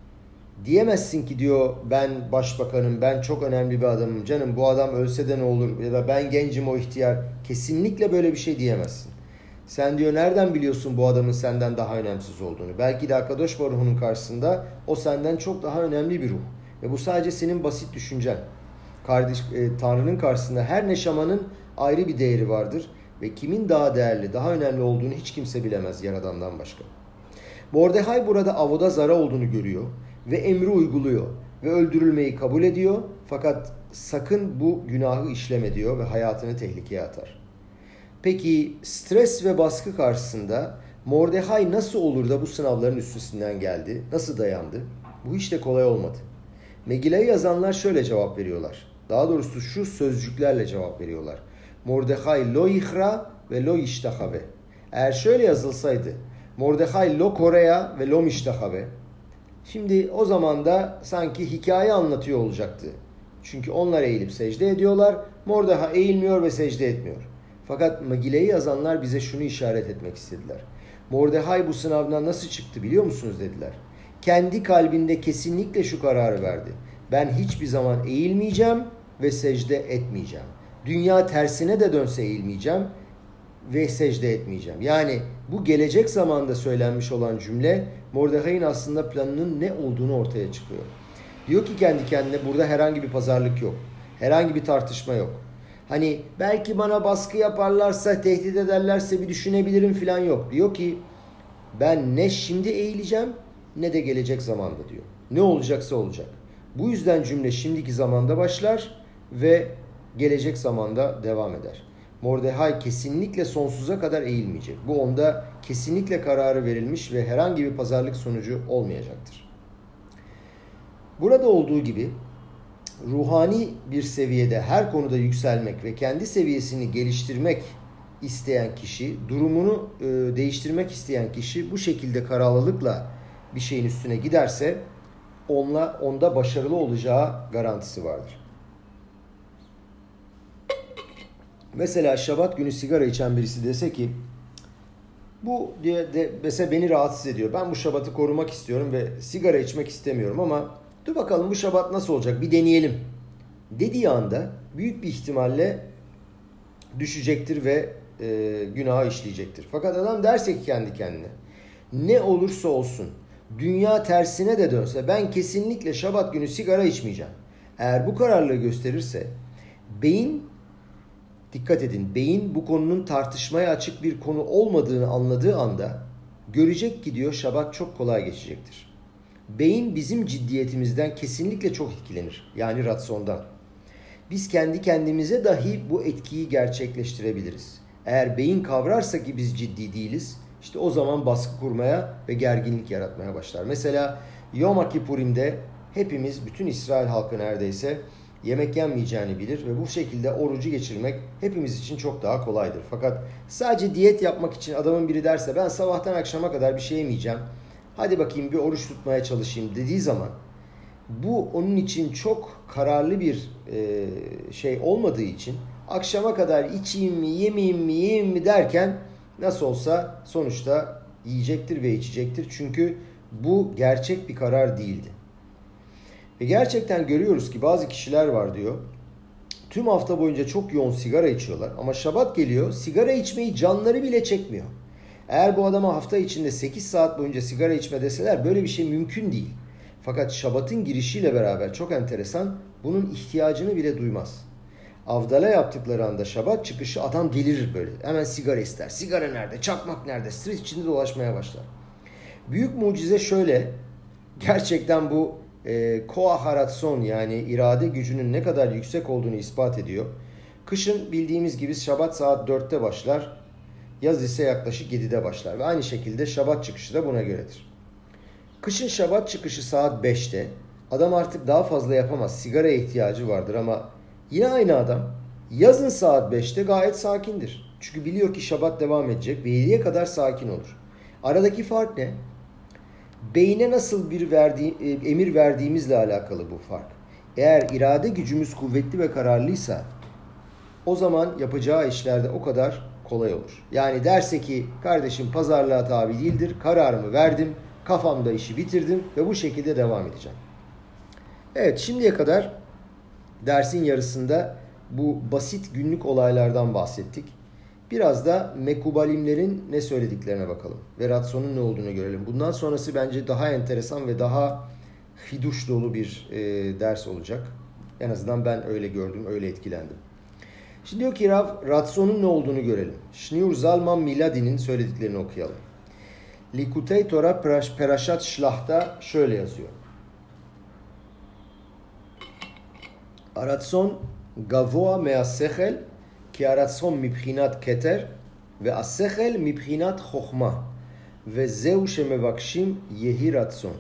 Diyemezsin ki diyor ben başbakanım, ben çok önemli bir adamım, canım bu adam ölse de ne olur ya da ben gencim o ihtiyar. Kesinlikle böyle bir şey diyemezsin. Sen diyor nereden biliyorsun bu adamın senden daha önemsiz olduğunu? Belki de Akadosh Baruhu'nun karşısında o senden çok daha önemli bir ruh. Ve bu sadece senin basit düşüncen. Kardeş, e, Tanrı'nın karşısında her neşamanın ayrı bir değeri vardır. Ve kimin daha değerli, daha önemli olduğunu hiç kimse bilemez Yaradan'dan başka. Mordechai burada avodazara olduğunu görüyor ve emri uyguluyor ve öldürülmeyi kabul ediyor. Fakat sakın bu günahı işleme diyor ve hayatını tehlikeye atar. Peki stres ve baskı karşısında Mordechai nasıl olur da bu sınavların üstesinden geldi? Nasıl dayandı? Bu hiç de kolay olmadı. Megilla'yı yazanlar şöyle cevap veriyorlar. Daha doğrusu şu sözcüklerle cevap veriyorlar. Mordechai lo ihra ve lo ishtahave. Eğer şöyle yazılsaydı Mordechai lo korea ve lo mishtahave. Şimdi o zaman da sanki hikaye anlatıyor olacaktı. Çünkü onlar eğilip secde ediyorlar. Mordechai eğilmiyor ve secde etmiyor. Fakat Megilla'yı yazanlar bize şunu işaret etmek istediler. Mordechai bu sınavdan nasıl çıktı biliyor musunuz dediler. Kendi kalbinde kesinlikle şu kararı verdi. Ben hiçbir zaman eğilmeyeceğim ve secde etmeyeceğim. Dünya tersine de dönse eğilmeyeceğim ve secde etmeyeceğim. Yani bu gelecek zamanda söylenmiş olan cümle Mordechai'nin aslında planının ne olduğunu ortaya çıkıyor. Diyor ki kendi kendine burada herhangi bir pazarlık yok. Herhangi bir tartışma yok. Hani belki bana baskı yaparlarsa, tehdit ederlerse bir düşünebilirim falan yok. Diyor ki ben ne şimdi eğileceğim ne de gelecek zamanda diyor. Ne olacaksa olacak. Bu yüzden cümle şimdiki zamanda başlar ve gelecek zamanda devam eder. Mordechai kesinlikle sonsuza kadar eğilmeyecek. Bu onda kesinlikle kararı verilmiş ve herhangi bir pazarlık sonucu olmayacaktır. Burada olduğu gibi ruhani bir seviyede her konuda yükselmek ve kendi seviyesini geliştirmek isteyen kişi, durumunu e, değiştirmek isteyen kişi bu şekilde kararlılıkla bir şeyin üstüne giderse onunla, onda başarılı olacağı garantisi vardır. Mesela Şabat günü sigara içen birisi dese ki bu diye de mesela beni rahatsız ediyor. Ben bu Şabat'ı korumak istiyorum ve sigara içmek istemiyorum ama dur bakalım bu Şabat nasıl olacak bir deneyelim dediği anda büyük bir ihtimalle düşecektir ve e, günaha işleyecektir. Fakat adam derse ki kendi kendine ne olursa olsun dünya tersine de dönse ben kesinlikle Şabat günü sigara içmeyeceğim. Eğer bu kararlılığı gösterirse beyin, dikkat edin, beyin bu konunun tartışmaya açık bir konu olmadığını anladığı anda görecek ki diyor Şabat çok kolay geçecektir. Beyin bizim ciddiyetimizden kesinlikle çok etkilenir. Yani rasyondan. Biz kendi kendimize dahi bu etkiyi gerçekleştirebiliriz. Eğer beyin kavrarsa ki biz ciddi değiliz, işte o zaman baskı kurmaya ve gerginlik yaratmaya başlar. Mesela Yom Kippurim'de hepimiz, bütün İsrail halkı neredeyse yemek yenmeyeceğini bilir ve bu şekilde orucu geçirmek hepimiz için çok daha kolaydır. Fakat sadece diyet yapmak için adamın biri derse ben sabahtan akşama kadar bir şey yemeyeceğim, hadi bakayım bir oruç tutmaya çalışayım dediği zaman bu onun için çok kararlı bir e, şey olmadığı için akşama kadar içeyim mi, yemeyeyim mi, yiyeyim mi derken nasıl olsa sonuçta yiyecektir ve içecektir. Çünkü bu gerçek bir karar değildi. Ve gerçekten görüyoruz ki bazı kişiler var diyor. Tüm hafta boyunca çok yoğun sigara içiyorlar ama Şabat geliyor, sigara içmeyi canları bile çekmiyor. Eğer bu adama hafta içinde sekiz saat boyunca sigara içme deseler böyle bir şey mümkün değil. Fakat Şabat'ın girişiyle beraber çok enteresan, bunun ihtiyacını bile duymaz. Avdala yaptıkları anda Şabat çıkışı adam delirir böyle. Hemen sigara ister. Sigara nerede? Çakmak nerede? Street içinde dolaşmaya başlar. Büyük mucize şöyle. Gerçekten bu e, koa haratson yani irade gücünün ne kadar yüksek olduğunu ispat ediyor. Kışın bildiğimiz gibi Şabat saat dörtte başlar. Yaz ise yaklaşık yedide başlar. Ve aynı şekilde Şabat çıkışı da buna göredir. Kışın Şabat çıkışı saat beşte. Adam artık daha fazla yapamaz. Sigaraya ihtiyacı vardır ama yine aynı adam yazın saat beşte gayet sakindir. Çünkü biliyor ki Şabat devam edecek ve yediye kadar sakin olur. Aradaki fark ne? Beyne nasıl bir verdiği, emir verdiğimizle alakalı bu fark. Eğer irade gücümüz kuvvetli ve kararlıysa o zaman yapacağı işlerde o kadar kolay olur. Yani derse ki kardeşim pazarlığa tabi değildir, kararımı verdim, kafamda işi bitirdim ve bu şekilde devam edeceğim. Evet, şimdiye kadar dersin yarısında bu basit günlük olaylardan bahsettik. Biraz da mekubalimlerin ne söylediklerine bakalım. Ve ratsonun ne olduğunu görelim. Bundan sonrası bence daha enteresan ve daha hiduş dolu bir e, ders olacak. En azından ben öyle gördüm, öyle etkilendim. Şimdi diyor ki Rav, ratsonun ne olduğunu görelim. Şniur Zalman Miladi'nin söylediklerini okuyalım. Likutey Torah Perashat Shlach'ta şöyle yazıyor. Aratson gavoa me'asechel ki aratson mibchinat keter ve asechel mibchinat chokhma ve zeu shemevakshim yehi ratson.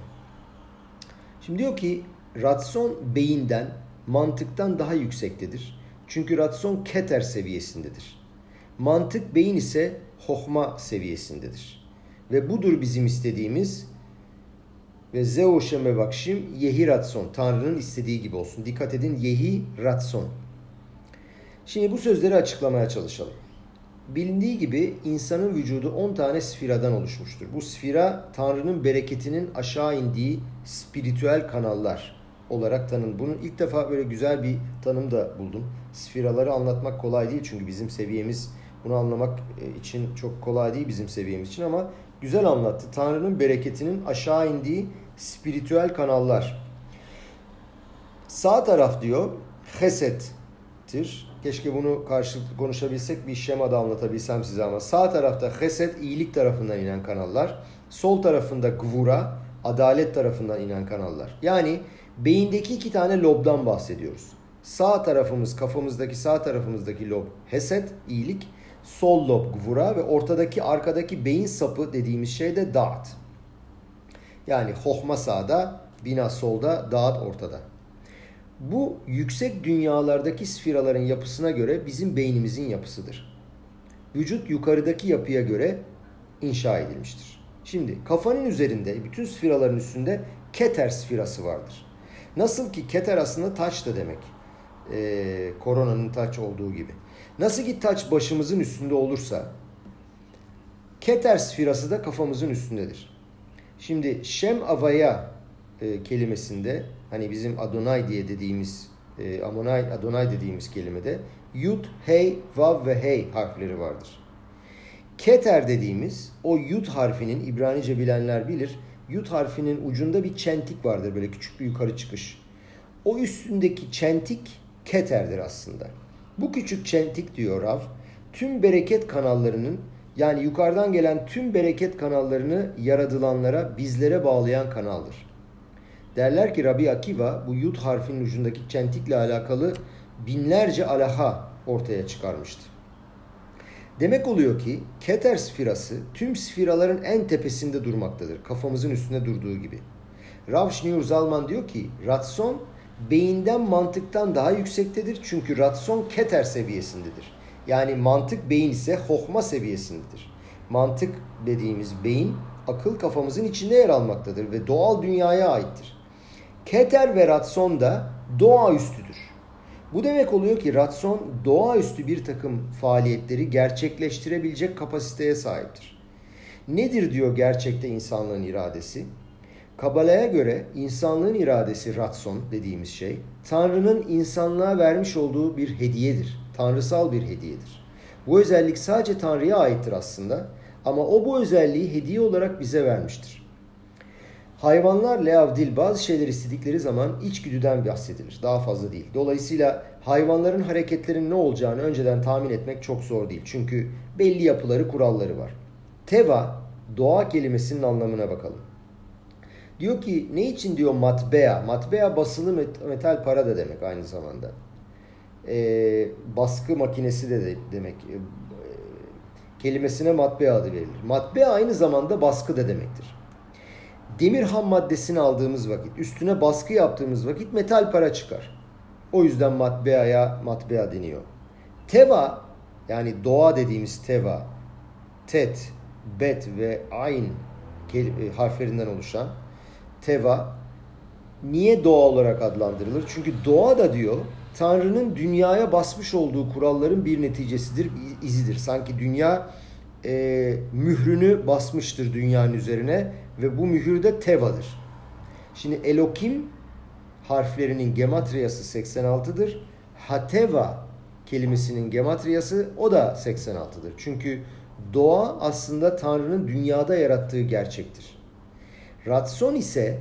Şimdi diyor ki ratson beyinden, mantıktan daha yüksektedir. Çünkü ratson keter seviyesindedir. Mantık, beyin ise chokhma seviyesindedir. Ve budur bizim istediğimiz ve zeu shemevakshim yehi ratson. Tanrı'nın istediği gibi olsun. Dikkat edin, yehi ratson. Şimdi bu sözleri açıklamaya çalışalım. Bilindiği gibi insanın vücudu on tane sfiradan oluşmuştur. Bu sfira Tanrı'nın bereketinin aşağı indiği spiritüel kanallar olarak tanın. Bunun ilk defa böyle güzel bir tanım da buldum. Sfiraları anlatmak kolay değil çünkü bizim seviyemiz, bunu anlamak için çok kolay değil bizim seviyemiz için ama güzel anlattı. Tanrı'nın bereketinin aşağı indiği spiritüel kanallar. Sağ taraf diyor Heset'tir. Keşke bunu karşılıklı konuşabilsek, bir şemada anlatabilsem size ama sağ tarafta Heset, iyilik tarafından inen kanallar. Sol tarafında Gvura, adalet tarafından inen kanallar. Yani beyindeki iki tane lobdan bahsediyoruz. Sağ tarafımız, kafamızdaki sağ tarafımızdaki lob Heset, iyilik. Sol lob Gvura ve ortadaki arkadaki beyin sapı dediğimiz şey de Da'at. Yani Hohma sağda, Bina solda, Da'at ortada. Bu yüksek dünyalardaki sfiraların yapısına göre bizim beynimizin yapısıdır. Vücut yukarıdaki yapıya göre inşa edilmiştir. Şimdi kafanın üzerinde, bütün sfiraların üstünde Keter sfirası vardır. Nasıl ki Keter aslında taç da demek. Ee, koronanın taç olduğu gibi. Nasıl ki taç başımızın üstünde olursa Keter sfirası da kafamızın üstündedir. Şimdi Shem Avaya e, kelimesinde hani bizim Adonai diye dediğimiz e, Amonai, Adonai dediğimiz kelimede Yud, Hey, Vav ve Hey harfleri vardır. Keter dediğimiz o Yud harfinin, İbranice bilenler bilir, Yud harfinin ucunda bir çentik vardır, böyle küçük bir yukarı çıkış. O üstündeki çentik Keter'dir aslında. Bu küçük çentik diyor Rav, tüm bereket kanallarının, yani yukarıdan gelen tüm bereket kanallarını yaratılanlara, bizlere bağlayan kanaldır. Derler ki Rabbi Akiva bu Yud harfinin ucundaki çentikle alakalı binlerce alaha ortaya çıkarmıştı. Demek oluyor ki Keter sfirası tüm sfiraların en tepesinde durmaktadır. Kafamızın üstünde durduğu gibi. Rav Shniur Zalman diyor ki Ratson beyinden mantıktan daha yüksektedir. Çünkü ratson keter seviyesindedir. Yani mantık beyin ise hohma seviyesindedir. Mantık dediğimiz beyin akıl kafamızın içinde yer almaktadır ve doğal dünyaya aittir. Keter ve ratson da doğaüstüdür. Bu demek oluyor ki ratson doğaüstü bir takım faaliyetleri gerçekleştirebilecek kapasiteye sahiptir. Nedir diyor gerçekte insanlığın iradesi? Kabala'ya göre insanlığın iradesi ratson dediğimiz şey, Tanrı'nın insanlığa vermiş olduğu bir hediyedir. Tanrısal bir hediyedir. Bu özellik sadece Tanrı'ya aittir aslında ama o bu özelliği hediye olarak bize vermiştir. Hayvanlar leavdil bazı şeyler istedikleri zaman içgüdüden bahsedilir. Daha fazla değil. Dolayısıyla hayvanların hareketlerinin ne olacağını önceden tahmin etmek çok zor değil. Çünkü belli yapıları, kuralları var. Teva, doğa kelimesinin anlamına bakalım. Diyor ki ne için diyor matbea. Matbea basılı metal para da demek aynı zamanda. Ee, baskı makinesi de, de demek. Ee, kelimesine matbea adı verilir. Matbea aynı zamanda baskı da demektir. Demir ham maddesini aldığımız vakit, üstüne baskı yaptığımız vakit metal para çıkar. O yüzden matbeaya matbea deniyor. Teva, yani doğa dediğimiz teva, tet, bet ve ayn harflerinden oluşan teva niye doğa olarak adlandırılır? Çünkü doğa da diyor Tanrı'nın dünyaya basmış olduğu kuralların bir neticesidir, izidir. Sanki dünya e, mührünü basmıştır dünyanın üzerine ve bu mühür de teva'dır. Şimdi Elokim harflerinin gematriyası seksen altıdır. Hateva kelimesinin gematriyası o da seksen altıdır. Çünkü doğa aslında Tanrı'nın dünyada yarattığı gerçektir. Ratson ise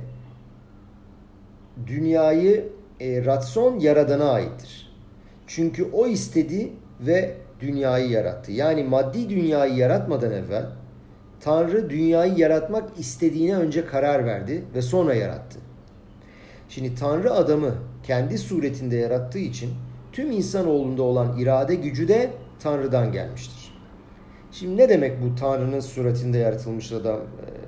dünyayı e, ratson yaradana aittir. Çünkü o istedi ve dünyayı yarattı. Yani maddi dünyayı yaratmadan evvel Tanrı dünyayı yaratmak istediğine önce karar verdi ve sonra yarattı. Şimdi Tanrı adamı kendi suretinde yarattığı için tüm insanoğlunda olan irade gücü de Tanrı'dan gelmiştir. Şimdi ne demek bu Tanrı'nın suretinde yaratılmış adam?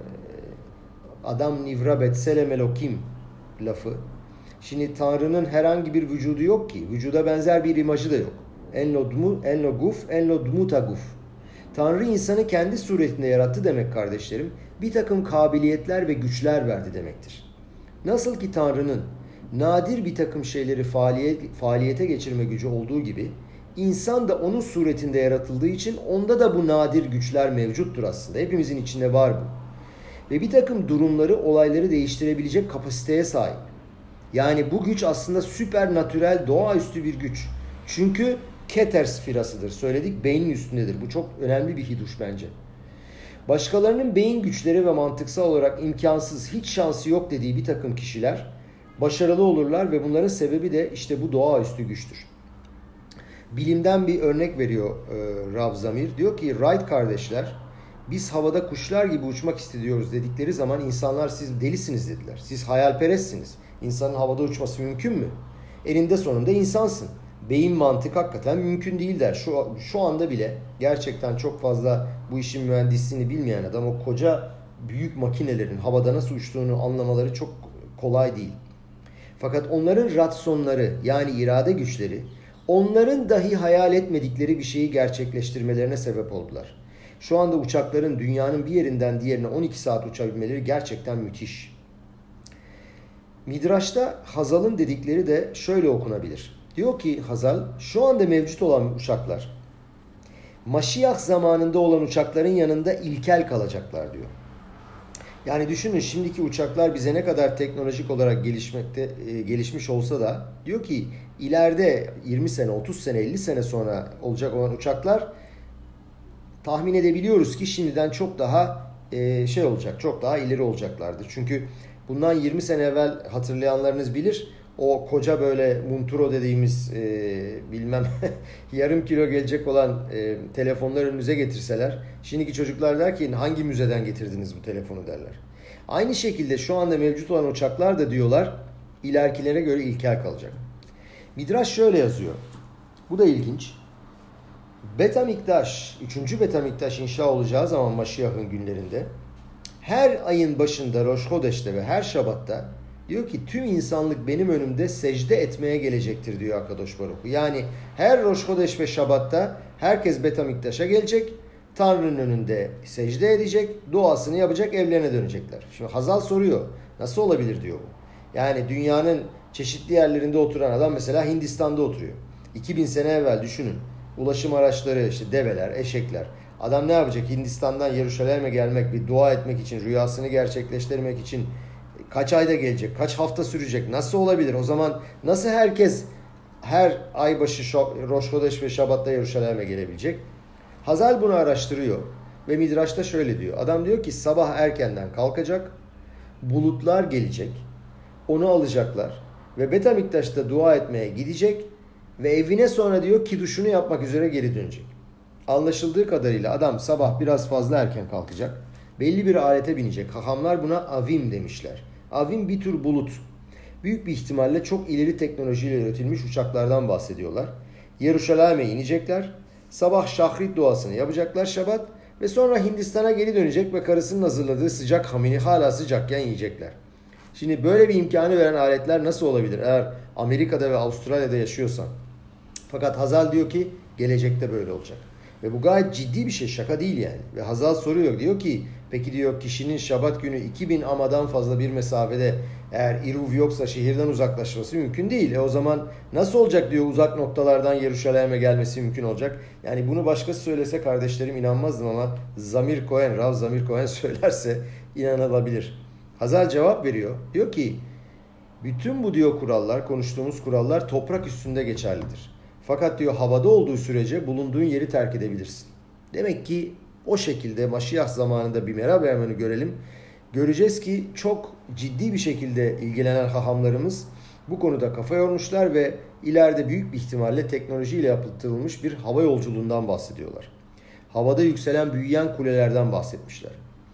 Adam nivra betselem elokim lafı. Şimdi Tanrı'nın herhangi bir vücudu yok ki. Vücuda benzer bir imajı da yok. Enlo dmu, enlo guf, enlo dmuta guf. Tanrı insanı kendi suretinde yarattı demek kardeşlerim. Bir takım kabiliyetler ve güçler verdi demektir. Nasıl ki Tanrı'nın nadir bir takım şeyleri faaliyet, faaliyete geçirme gücü olduğu gibi insan da onun suretinde yaratıldığı için onda da bu nadir güçler mevcuttur aslında. Hepimizin içinde var bu. Ve bir takım durumları, olayları değiştirebilecek kapasiteye sahip. Yani bu güç aslında süpernatürel, doğaüstü bir güç. Çünkü Keter sfirasıdır. Söyledik, beynin üstündedir. Bu çok önemli bir hiduş bence. Başkalarının beyin güçleri ve mantıksal olarak imkansız, hiç şansı yok dediği bir takım kişiler başarılı olurlar ve bunların sebebi de işte bu doğaüstü güçtür. Bilimden bir örnek veriyor e, Rav Zamir. Diyor ki Wright kardeşler biz havada kuşlar gibi uçmak istiyoruz dedikleri zaman insanlar siz delisiniz dediler. Siz hayalperestsiniz. İnsanın havada uçması mümkün mü? Eninde sonunda insansın. Beyin mantık hakikaten mümkün değil der. Şu, şu anda bile gerçekten çok fazla bu işin mühendisliğini bilmeyen adam o koca büyük makinelerin havada nasıl uçtuğunu anlamaları çok kolay değil. Fakat onların ratsonları yani irade güçleri onların dahi hayal etmedikleri bir şeyi gerçekleştirmelerine sebep oldular. Şu anda uçakların dünyanın bir yerinden diğerine on iki saat uçabilmeleri gerçekten müthiş. Midraş'ta Hazal'ın dedikleri de şöyle okunabilir. Diyor ki Hazal, şu anda mevcut olan uçaklar, Maşiyah zamanında olan uçakların yanında ilkel kalacaklar diyor. Yani düşünün şimdiki uçaklar bize ne kadar teknolojik olarak gelişmekte e, gelişmiş olsa da diyor ki ileride yirmi sene, otuz sene, elli sene sonra olacak olan uçaklar tahmin edebiliyoruz ki şimdiden çok daha e, şey olacak, çok daha ileri olacaklardır. Çünkü bundan yirmi sene evvel hatırlayanlarınız bilir. O koca böyle Monturo dediğimiz e, bilmem yarım kilo gelecek olan e, telefonları önümüze getirseler şimdiki çocuklar der ki hangi müzeden getirdiniz bu telefonu derler. Aynı şekilde şu anda mevcut olan uçaklar da diyorlar ilerikilere göre ilkel kalacak. Midraş şöyle yazıyor. Bu da ilginç. Betamiktaş, üçüncü Betamiktaş inşa olacağı zaman Maşiyah'ın günlerinde her ayın başında Rosh Hodesh'te ve her Şabat'ta Diyor ki tüm insanlık benim önümde secde etmeye gelecektir diyor Akadosh Baruch Hu. Yani her Rosh Chodesh ve Şabat'ta herkes Bet HaMikdaş'a gelecek. Tanrı'nın önünde secde edecek. Duasını yapacak, evlerine dönecekler. Şimdi Hazal soruyor. Nasıl olabilir diyor bu. Yani dünyanın çeşitli yerlerinde oturan adam mesela Hindistan'da oturuyor. iki bin sene evvel düşünün. Ulaşım araçları, işte develer, eşekler. Adam ne yapacak? Hindistan'dan Yeruşalim'e gelmek, bir dua etmek için, rüyasını gerçekleştirmek için kaç ayda gelecek, kaç hafta sürecek, nasıl olabilir? O zaman nasıl herkes her ay başı Rosh Chodesh ve Şabat'ta Yeruşalim'e gelebilecek? Hazal bunu araştırıyor ve Midraş'ta şöyle diyor. Adam diyor ki sabah erkenden kalkacak, bulutlar gelecek, onu alacaklar ve Bet HaMikdaş'ta dua etmeye gidecek ve evine sonra diyor kiduşunu yapmak üzere geri dönecek. Anlaşıldığı kadarıyla adam sabah biraz fazla erken kalkacak, belli bir alete binecek. Hahamlar buna avim demişler. Avim bir tür bulut. Büyük bir ihtimalle çok ileri teknolojiyle üretilmiş uçaklardan bahsediyorlar. Yeruşalim'e inecekler. Sabah şahrit duasını yapacaklar Şabat ve sonra Hindistan'a geri dönecek ve karısının hazırladığı sıcak hamini hala sıcakken yiyecekler. Şimdi böyle bir imkanı veren aletler nasıl olabilir eğer Amerika'da ve Avustralya'da yaşıyorsan? Fakat Hazal diyor ki gelecekte böyle olacak. Ve bu gayet ciddi bir şey, şaka değil yani. Ve Hazal soruyor, diyor ki peki diyor kişinin Şabat günü iki bin amadan fazla bir mesafede eğer İruv yoksa şehirden uzaklaşması mümkün değil. E o zaman nasıl olacak diyor, uzak noktalardan Yeruşalim'e gelmesi mümkün olacak. Yani bunu başkası söylese kardeşlerim inanmazdım ama Zamir Cohen, Rav Zamir Cohen söylerse inanılabilir. Hazal cevap veriyor. Diyor ki bütün bu diyor kurallar, konuştuğumuz kurallar toprak üstünde geçerlidir. Fakat diyor havada olduğu sürece bulunduğun yeri terk edebilirsin. Demek ki o şekilde Maşiyah zamanında bir merhaba hemen görelim. Göreceğiz ki çok ciddi bir şekilde ilgilenen hahamlarımız bu konuda kafa yormuşlar ve ileride büyük bir ihtimalle teknolojiyle yapılmış bir hava yolculuğundan bahsediyorlar. Havada yükselen büyüyen kulelerden bahsetmişler.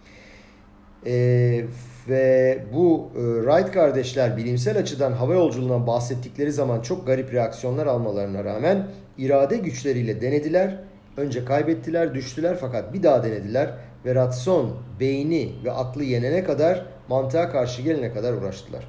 Ee, ve bu e, Wright kardeşler bilimsel açıdan hava yolculuğundan bahsettikleri zaman çok garip reaksiyonlar almalarına rağmen irade güçleriyle denediler. Önce kaybettiler, düştüler fakat bir daha denediler ve ratson, beyni ve aklı yenene kadar, mantığa karşı gelene kadar uğraştılar.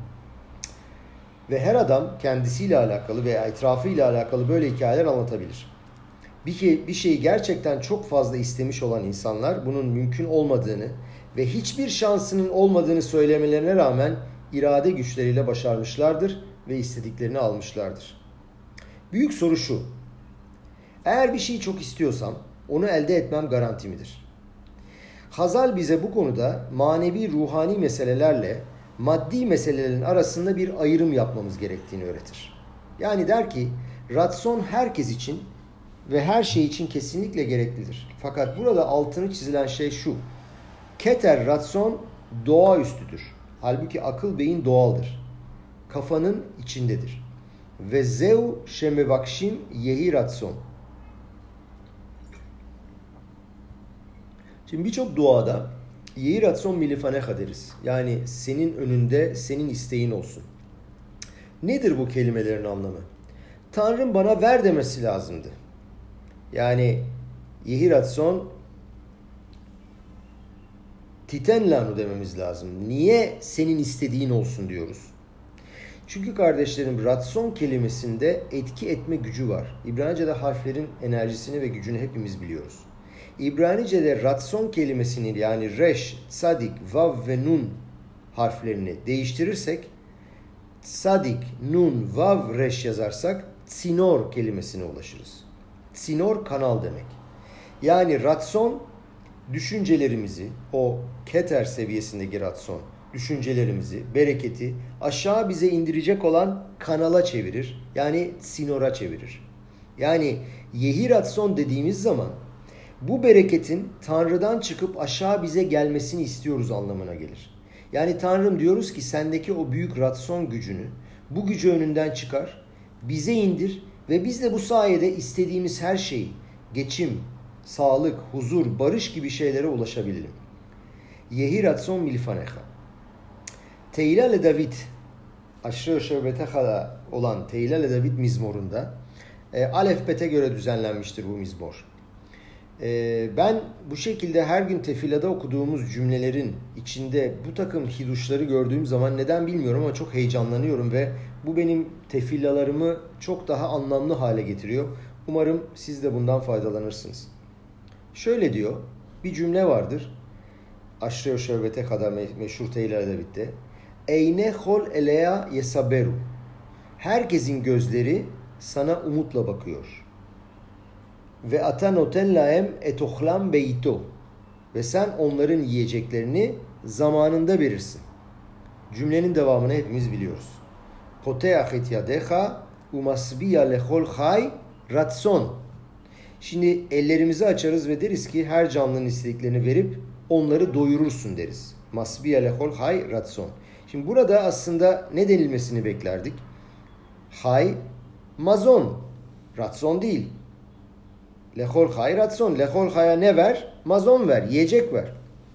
Ve her adam kendisiyle alakalı veya etrafıyla alakalı böyle hikayeler anlatabilir. Bir, şey, bir şeyi gerçekten çok fazla istemiş olan insanlar bunun mümkün olmadığını ve hiçbir şansının olmadığını söylemelerine rağmen irade güçleriyle başarmışlardır ve istediklerini almışlardır. Büyük soru şu: eğer bir şeyi çok istiyorsam onu elde etmem garanti midir? Hazal bize bu konuda manevi ruhani meselelerle maddi meselelerin arasında bir ayrım yapmamız gerektiğini öğretir. Yani der ki ratson herkes için ve her şey için kesinlikle gereklidir. Fakat burada altını çizilen şey şu: Keter ratson doğaüstüdür. Halbuki akıl beyin doğaldır. Kafanın içindedir. Ve zeu şemevakşim yehi ratson. Şimdi birçok duada yehi ratson milifaneha deriz. Yani senin önünde senin isteğin olsun. Nedir bu kelimelerin anlamı? Tanrım bana ver demesi lazımdı. Yani yehi ratson titen lanu dememiz lazım. Niye senin istediğin olsun diyoruz? Çünkü kardeşlerim ratson kelimesinde etki etme gücü var. İbranice'de harflerin enerjisini ve gücünü hepimiz biliyoruz. İbranice'de ratson kelimesini yani reş, tsadik, vav ve nun harflerini değiştirirsek tsadik, nun, vav, reş yazarsak tsinor kelimesine ulaşırız. Tsinor kanal demek. Yani ratson düşüncelerimizi, o keter seviyesindeki ratson, düşüncelerimizi, bereketi aşağı bize indirecek olan kanala çevirir. Yani sinora çevirir. Yani yehi ratson dediğimiz zaman bu bereketin Tanrı'dan çıkıp aşağı bize gelmesini istiyoruz anlamına gelir. Yani Tanrım diyoruz ki sendeki o büyük ratson gücünü, bu gücü önünden çıkar, bize indir ve biz de bu sayede istediğimiz her şeyi, geçim, sağlık, huzur, barış gibi şeylere ulaşabilirim. Yehi ratson milifaneha. Teilale David, Aşrı Şerbetecha'da olan Teilale David mizmorunda e, alefbete göre düzenlenmiştir bu mizmor. Ee, ben bu şekilde her gün tefilada okuduğumuz cümlelerin içinde bu takım hiduşları gördüğüm zaman neden bilmiyorum ama çok heyecanlanıyorum ve bu benim tefillalarımı çok daha anlamlı hale getiriyor. Umarım siz de bundan faydalanırsınız. Şöyle diyor, bir cümle vardır. Aşre-o şerbete kadar meşhur Teyla'da bitti. Eyne hol elea yesaberu. Herkesin gözleri sana umutla bakıyor. Ve ata noten laem etohlam beyto. Ve sen onların yiyeceklerini zamanında verirsin. Cümlenin devamını hepimiz biliyoruz. Poteach et yadecha umasbiya lechol hay ratson. Şimdi ellerimizi açarız ve deriz ki her canlının istediklerini verip onları doyurursun deriz. Masbiya lechol hay ratson. Şimdi burada aslında ne denilmesini beklerdik? Hay, mazon. Ratson değil. Lechol hay ratson. Lechol hay'a ne ver? Mazon ver, yiyecek ver.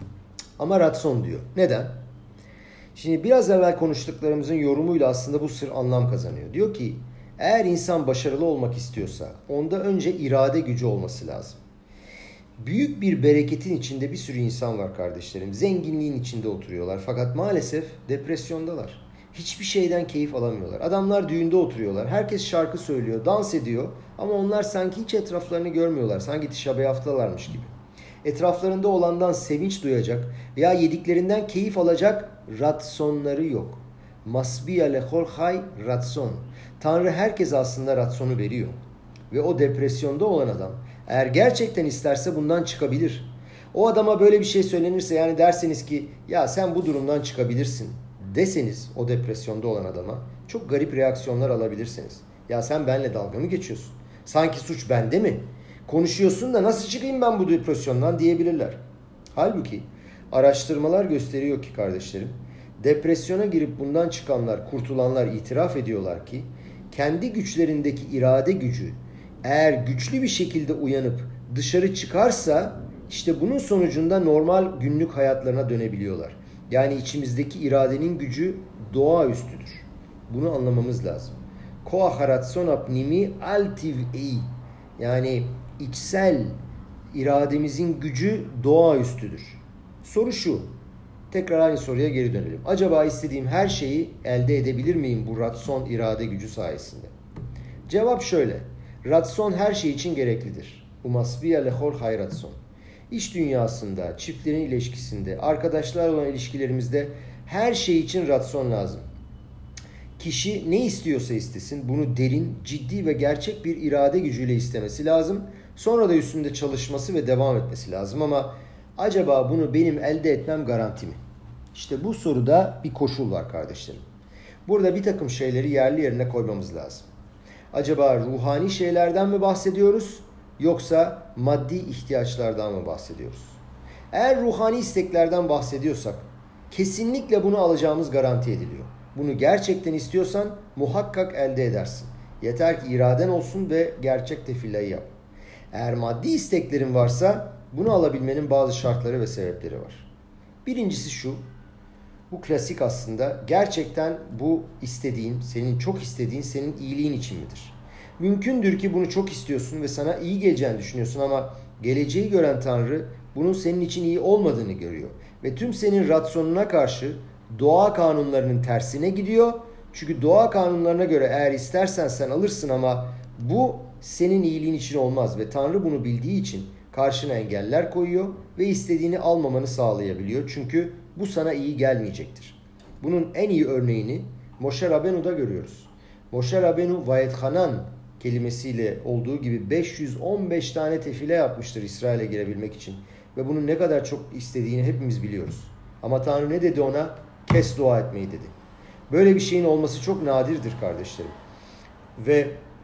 Ama ratson diyor. Neden? Şimdi biraz evvel konuştuklarımızın yorumuyla aslında bu sır anlam kazanıyor. Diyor ki eğer insan başarılı olmak istiyorsa onda önce irade gücü olması lazım. Büyük bir bereketin içinde bir sürü insan var kardeşlerim. Zenginliğin içinde oturuyorlar fakat maalesef depresyondalar. Hiçbir şeyden keyif alamıyorlar. Adamlar düğünde oturuyorlar. Herkes şarkı söylüyor, dans ediyor ama onlar sanki hiç etraflarını görmüyorlar. Sanki Tişa B'yaftalarmış gibi. Etraflarında olandan sevinç duyacak veya yediklerinden keyif alacak ratsonları yok. Masbiya lechol hay ratson. Tanrı herkese aslında ratsonu veriyor. Ve o depresyonda olan adam eğer gerçekten isterse bundan çıkabilir. O adama böyle bir şey söylenirse yani derseniz ki ya sen bu durumdan çıkabilirsin deseniz o depresyonda olan adama çok garip reaksiyonlar alabilirsiniz. Ya sen benimle dalga mı geçiyorsun? Sanki suç bende mi? Konuşuyorsun da nasıl çıkayım ben bu depresyondan diyebilirler. Halbuki araştırmalar gösteriyor ki kardeşlerim depresyona girip bundan çıkanlar, kurtulanlar itiraf ediyorlar ki kendi güçlerindeki irade gücü eğer güçlü bir şekilde uyanıp dışarı çıkarsa işte bunun sonucunda normal günlük hayatlarına dönebiliyorlar. Yani içimizdeki iradenin gücü doğaüstüdür. Bunu anlamamız lazım. Koah haratson apnimi altiv'i. Yani içsel irademizin gücü doğaüstüdür. Soru şu. Tekrar aynı soruya geri dönelim. Acaba istediğim her şeyi elde edebilir miyim bu ratson irade gücü sayesinde? Cevap şöyle. Ratson her şey için gereklidir. Umasbiya lechol hay ratson. İş dünyasında, çiftlerin ilişkisinde, arkadaşlarla olan ilişkilerimizde her şey için ratson lazım. Kişi ne istiyorsa istesin bunu derin, ciddi ve gerçek bir irade gücüyle istemesi lazım. Sonra da üstünde çalışması ve devam etmesi lazım ama acaba bunu benim elde etmem garanti mi? İşte bu soruda bir koşul var kardeşlerim. Burada bir takım şeyleri yerli yerine koymamız lazım. Acaba ruhani şeylerden mi bahsediyoruz yoksa maddi ihtiyaçlardan mı bahsediyoruz? Eğer ruhani isteklerden bahsediyorsak kesinlikle bunu alacağımız garanti ediliyor. Bunu gerçekten istiyorsan muhakkak elde edersin. Yeter ki iraden olsun ve gerçek tefillayı yap. Eğer maddi isteklerin varsa bunu alabilmenin bazı şartları ve sebepleri var. Birincisi şu, bu klasik aslında gerçekten bu istediğin, senin çok istediğin senin iyiliğin için midir? Mümkündür ki bunu çok istiyorsun ve sana iyi geleceğini düşünüyorsun ama geleceği gören Tanrı bunun senin için iyi olmadığını görüyor. Ve tüm senin rasyonuna karşı doğa kanunlarının tersine gidiyor. Çünkü doğa kanunlarına göre eğer istersen sen alırsın ama bu senin iyiliğin için olmaz ve Tanrı bunu bildiği için karşına engeller koyuyor ve istediğini almamanı sağlayabiliyor. Çünkü bu sana iyi gelmeyecektir. Bunun en iyi örneğini Moşe Rabenu'da görüyoruz. Moşe Rabenu Vayethanan kelimesiyle olduğu gibi beş yüz on beş tane tefile yapmıştır İsrail'e girebilmek için. Ve bunun ne kadar çok istediğini hepimiz biliyoruz. Ama Tanrı ne dedi ona? Kes dua etmeyi dedi. Böyle bir şeyin olması çok nadirdir kardeşlerim. Ve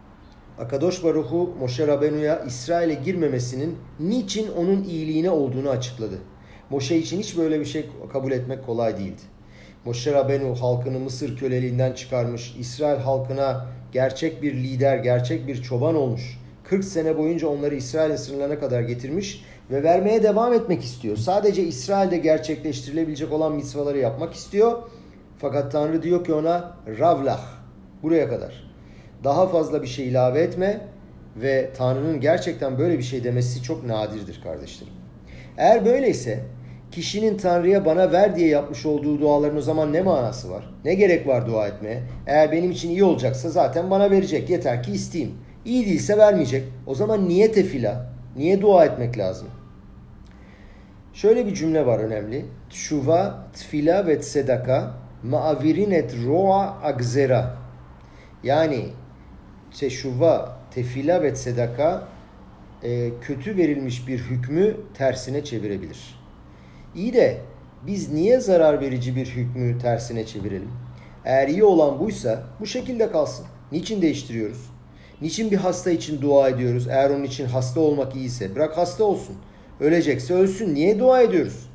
Akadosh Baruhu Moşe Rabenu'ya İsrail'e girmemesinin niçin onun iyiliğine olduğunu açıkladı. Moşe için hiç böyle bir şey kabul etmek kolay değildi. Moşe Rabenu halkını Mısır köleliğinden çıkarmış, İsrail halkına gerçek bir lider, gerçek bir çoban olmuş. kırk sene boyunca onları İsrail'in sınırlarına kadar getirmiş ve vermeye devam etmek istiyor. Sadece İsrail'de gerçekleştirilebilecek olan mitzvaları yapmak istiyor. Fakat Tanrı diyor ki ona Ravlah, buraya kadar. Daha fazla bir şey ilave etme ve Tanrı'nın gerçekten böyle bir şey demesi çok nadirdir kardeşlerim. Eğer böyleyse kişinin Tanrı'ya bana ver diye yapmış olduğu duaların o zaman ne manası var? Ne gerek var dua etmeye? Eğer benim için iyi olacaksa zaten bana verecek. Yeter ki isteyeyim. İyi değilse vermeyecek. O zaman niye tefila? Niye dua etmek lazım? Şöyle bir cümle var önemli. Tşuva, tfila ve tsedaka ma'avirin et ro'a agzera. Yani teşuva, tefila ve tsedaka e, kötü verilmiş bir hükmü tersine çevirebilir. İyi de biz niye zarar verici bir hükmü tersine çevirelim? Eğer iyi olan buysa bu şekilde kalsın. Niçin değiştiriyoruz? Niçin bir hasta için dua ediyoruz? Eğer onun için hasta olmak iyiyse bırak hasta olsun. Ölecekse ölsün. Niye dua ediyoruz?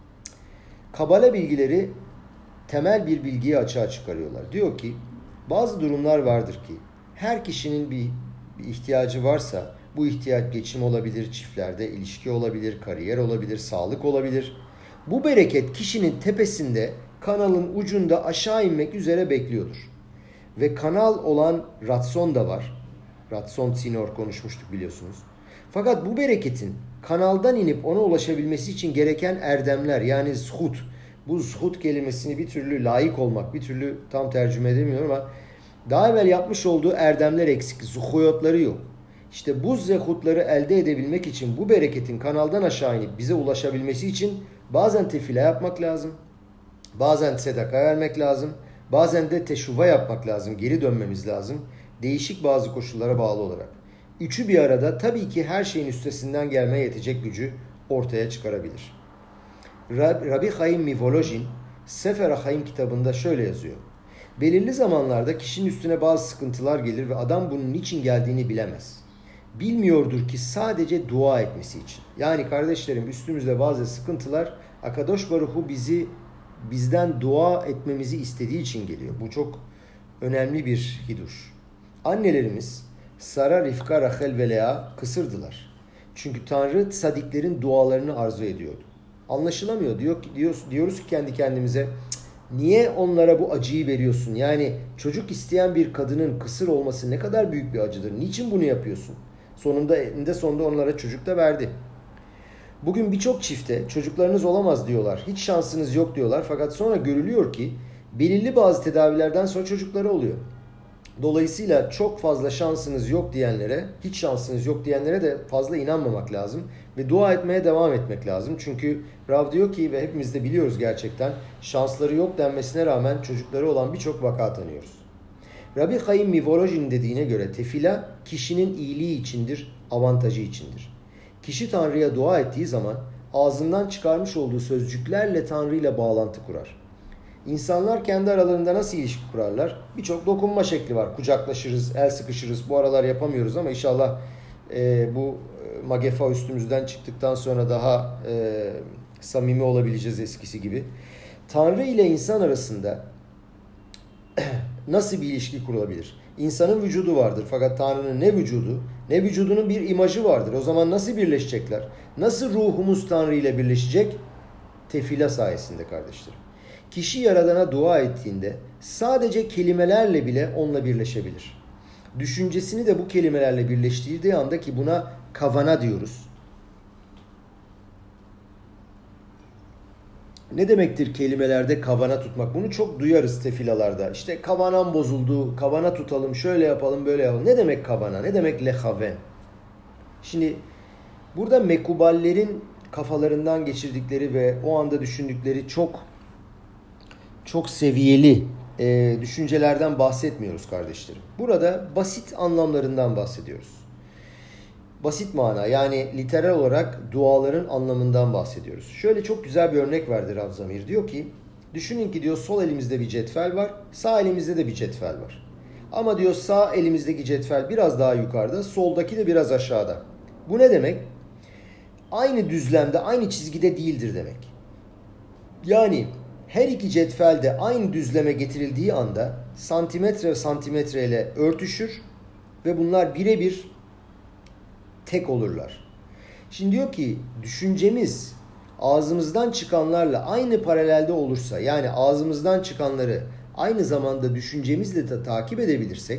Kabala bilgileri temel bir bilgiyi açığa çıkarıyorlar. Diyor ki bazı durumlar vardır ki her kişinin bir, bir ihtiyacı varsa bu ihtiyaç geçim olabilir, çiftlerde ilişki olabilir, kariyer olabilir, sağlık olabilir. Bu bereket kişinin tepesinde, kanalın ucunda aşağı inmek üzere bekliyordur. Ve kanal olan ratson da var. Ratson sinor konuşmuştuk biliyorsunuz. Fakat bu bereketin kanaldan inip ona ulaşabilmesi için gereken erdemler yani zhut. Bu zhut kelimesini bir türlü layık olmak, bir türlü tam tercüme edemiyorum ama daha evvel yapmış olduğu erdemler eksik, zuhuyotları yok. İşte bu zehutları elde edebilmek için bu bereketin kanaldan aşağı inip bize ulaşabilmesi için bazen tefila yapmak lazım. Bazen sedaka vermek lazım. Bazen de teşuva yapmak lazım. Geri dönmemiz lazım. Değişik bazı koşullara bağlı olarak. Üçü bir arada tabii ki her şeyin üstesinden gelmeye yetecek gücü ortaya çıkarabilir. Rabbi Chaim Mivolojin Sefer HaChaim kitabında şöyle yazıyor. Belirli zamanlarda kişinin üstüne bazı sıkıntılar gelir ve adam bunun niçin geldiğini bilemez. Bilmiyordur ki sadece dua etmesi için. Yani kardeşlerim üstümüzde bazı sıkıntılar Akadosh Baruch Hu bizi bizden dua etmemizi istediği için geliyor. Bu çok önemli bir hiduş. Annelerimiz Sara, Rifka, Rachel ve Lea kısırdılar. Çünkü Tanrı sadiklerin dualarını arzu ediyordu. Anlaşılamıyor. Diyor, diyor, diyoruz ki kendi kendimize niye onlara bu acıyı veriyorsun? Yani çocuk isteyen bir kadının kısır olması ne kadar büyük bir acıdır. Niçin bunu yapıyorsun? Sonunda eninde sonunda onlara çocuk da verdi. Bugün birçok çifte çocuklarınız olamaz diyorlar. Hiç şansınız yok diyorlar. Fakat sonra görülüyor ki belirli bazı tedavilerden sonra çocukları oluyor. Dolayısıyla çok fazla şansınız yok diyenlere, hiç şansınız yok diyenlere de fazla inanmamak lazım. Ve dua etmeye devam etmek lazım. Çünkü Rav diyor ki ve hepimiz de biliyoruz gerçekten şansları yok denmesine rağmen çocukları olan birçok vaka tanıyoruz. Rabbi Chaim Mivolojin dediğine göre tefila kişinin iyiliği içindir, avantajı içindir. Kişi Tanrı'ya dua ettiği zaman ağzından çıkarmış olduğu sözcüklerle Tanrı ile bağlantı kurar. İnsanlar kendi aralarında nasıl ilişki kurarlar? Birçok dokunma şekli var. Kucaklaşırız, el sıkışırız. Bu aralar yapamıyoruz ama inşallah e, bu magefa üstümüzden çıktıktan sonra daha e, samimi olabileceğiz eskisi gibi. Tanrı ile insan arasında nasıl bir ilişki kurulabilir? İnsanın vücudu vardır fakat Tanrı'nın ne vücudu ne vücudunun bir imajı vardır. O zaman nasıl birleşecekler? Nasıl ruhumuz Tanrı ile birleşecek? Tefila sayesinde kardeşlerim. Kişi Yaradan'a dua ettiğinde sadece kelimelerle bile onunla birleşebilir. Düşüncesini de bu kelimelerle birleştirdiği anda ki buna kavana diyoruz. Ne demektir kelimelerde kavana tutmak? Bunu çok duyarız tefilalarda. İşte kavanam bozuldu, kavana tutalım, şöyle yapalım, böyle yapalım. Ne demek kavana? Ne demek lehaven? Şimdi burada mekuballerin kafalarından geçirdikleri ve o anda düşündükleri çok çok seviyeli e, düşüncelerden bahsetmiyoruz kardeşlerim. Burada basit anlamlarından bahsediyoruz. Basit mana yani literal olarak duaların anlamından bahsediyoruz. Şöyle çok güzel bir örnek verdi Rav Zamir. Diyor ki düşünün ki diyor sol elimizde bir cetvel var, sağ elimizde de bir cetvel var. Ama diyor sağ elimizdeki cetvel biraz daha yukarıda, soldaki de biraz aşağıda. Bu ne demek? Aynı düzlemde, aynı çizgide değildir demek. Yani her iki cetvel de aynı düzleme getirildiği anda santimetre santimetre ile örtüşür ve bunlar birebir tek olurlar. Şimdi diyor ki düşüncemiz ağzımızdan çıkanlarla aynı paralelde olursa yani ağzımızdan çıkanları aynı zamanda düşüncemizle de takip edebilirsek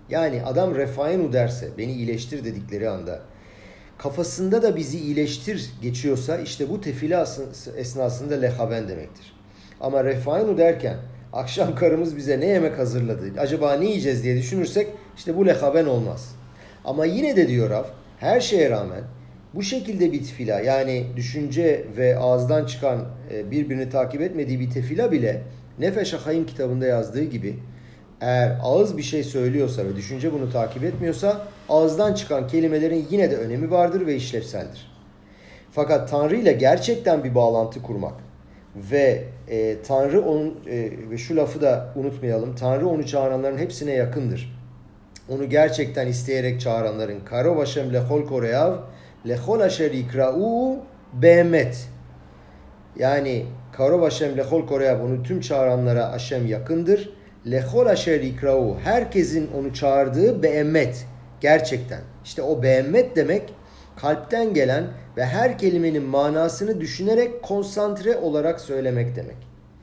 Yani adam refaenu derse, beni iyileştir dedikleri anda kafasında da bizi iyileştir geçiyorsa işte bu tefile esnasında lehaven demektir. Ama refaenu derken akşam karımız bize ne yemek hazırladı, acaba ne yiyeceğiz diye düşünürsek işte bu lehaven olmaz. Ama yine de diyor Rav, her şeye rağmen bu şekilde bir tefila, yani düşünce ve ağızdan çıkan birbirini takip etmediği bir tefila bile Nefesh HaHaim kitabında yazdığı gibi eğer ağız bir şey söylüyorsa ve düşünce bunu takip etmiyorsa ağızdan çıkan kelimelerin yine de önemi vardır ve işlevseldir. Fakat Tanrı ile gerçekten bir bağlantı kurmak ve e, Tanrı onun e, ve şu lafı da unutmayalım, Tanrı onu çağıranların hepsine yakındır. Onu gerçekten isteyerek çağıranların Karov Hashem lechol koreav lechol asher yikra'u be'emet. Yani Karov Hashem lechol koreav, onu tüm çağıranlara Hashem yakındır. Lechol asher yikra'u, herkesin onu çağırdığı be'emet, gerçekten. İşte o be'emet demek kalpten gelen ve her kelimenin manasını düşünerek konsantre olarak söylemek demek.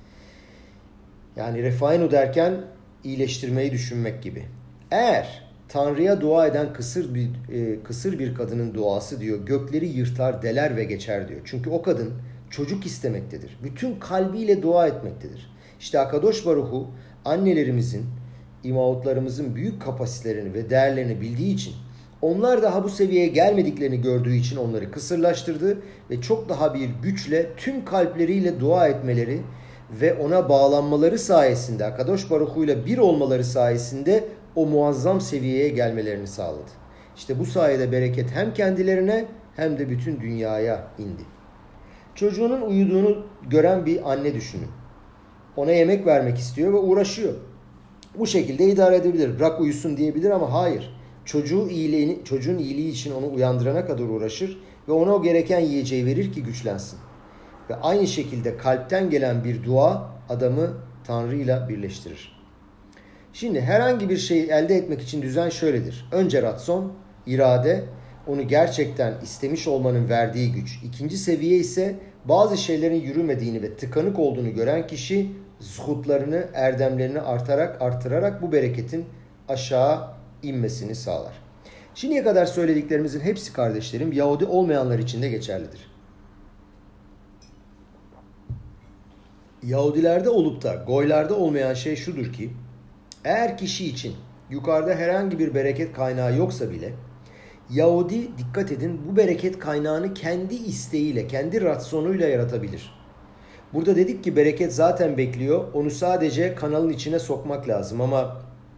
Yani refaenu derken iyileştirmeyi düşünmek gibi. Eğer Tanrı'ya dua eden kısır bir e, kısır bir kadının duası diyor, gökleri yırtar, deler ve geçer diyor. Çünkü o kadın çocuk istemektedir. Bütün kalbiyle dua etmektedir. İşte Akadosh Baruhu annelerimizin, imavutlarımızın büyük kapasitelerini ve değerlerini bildiği için, onlar daha bu seviyeye gelmediklerini gördüğü için onları kısırlaştırdı ve çok daha bir güçle tüm kalpleriyle dua etmeleri ve ona bağlanmaları sayesinde, Akadosh Baruhu ile bir olmaları sayesinde o muazzam seviyeye gelmelerini sağladı. İşte bu sayede bereket hem kendilerine hem de bütün dünyaya indi. Çocuğunun uyuduğunu gören bir anne düşünün. Ona yemek vermek istiyor ve uğraşıyor. Bu şekilde idare edebilir. Bırak uyusun diyebilir ama hayır. Çocuğu iyiliğini, çocuğun iyiliği için onu uyandırana kadar uğraşır ve ona o gereken yiyeceği verir ki güçlensin. Ve aynı şekilde kalpten gelen bir dua adamı Tanrı'yla birleştirir. Şimdi herhangi bir şeyi elde etmek için düzen şöyledir. Önce ratson, irade, onu gerçekten istemiş olmanın verdiği güç. İkinci seviye ise bazı şeylerin yürümediğini ve tıkanık olduğunu gören kişi zuhutlarını, erdemlerini artarak, artırarak bu bereketin aşağı inmesini sağlar. Şimdiye kadar söylediklerimizin hepsi kardeşlerim Yahudi olmayanlar için de geçerlidir. Yahudilerde olup da Goylarda olmayan şey şudur ki, eğer kişi için yukarıda herhangi bir bereket kaynağı yoksa bile, Yahudi, dikkat edin, bu bereket kaynağını kendi isteğiyle, kendi rasyonuyla yaratabilir. Burada dedik ki bereket zaten bekliyor, onu sadece kanalın içine sokmak lazım ama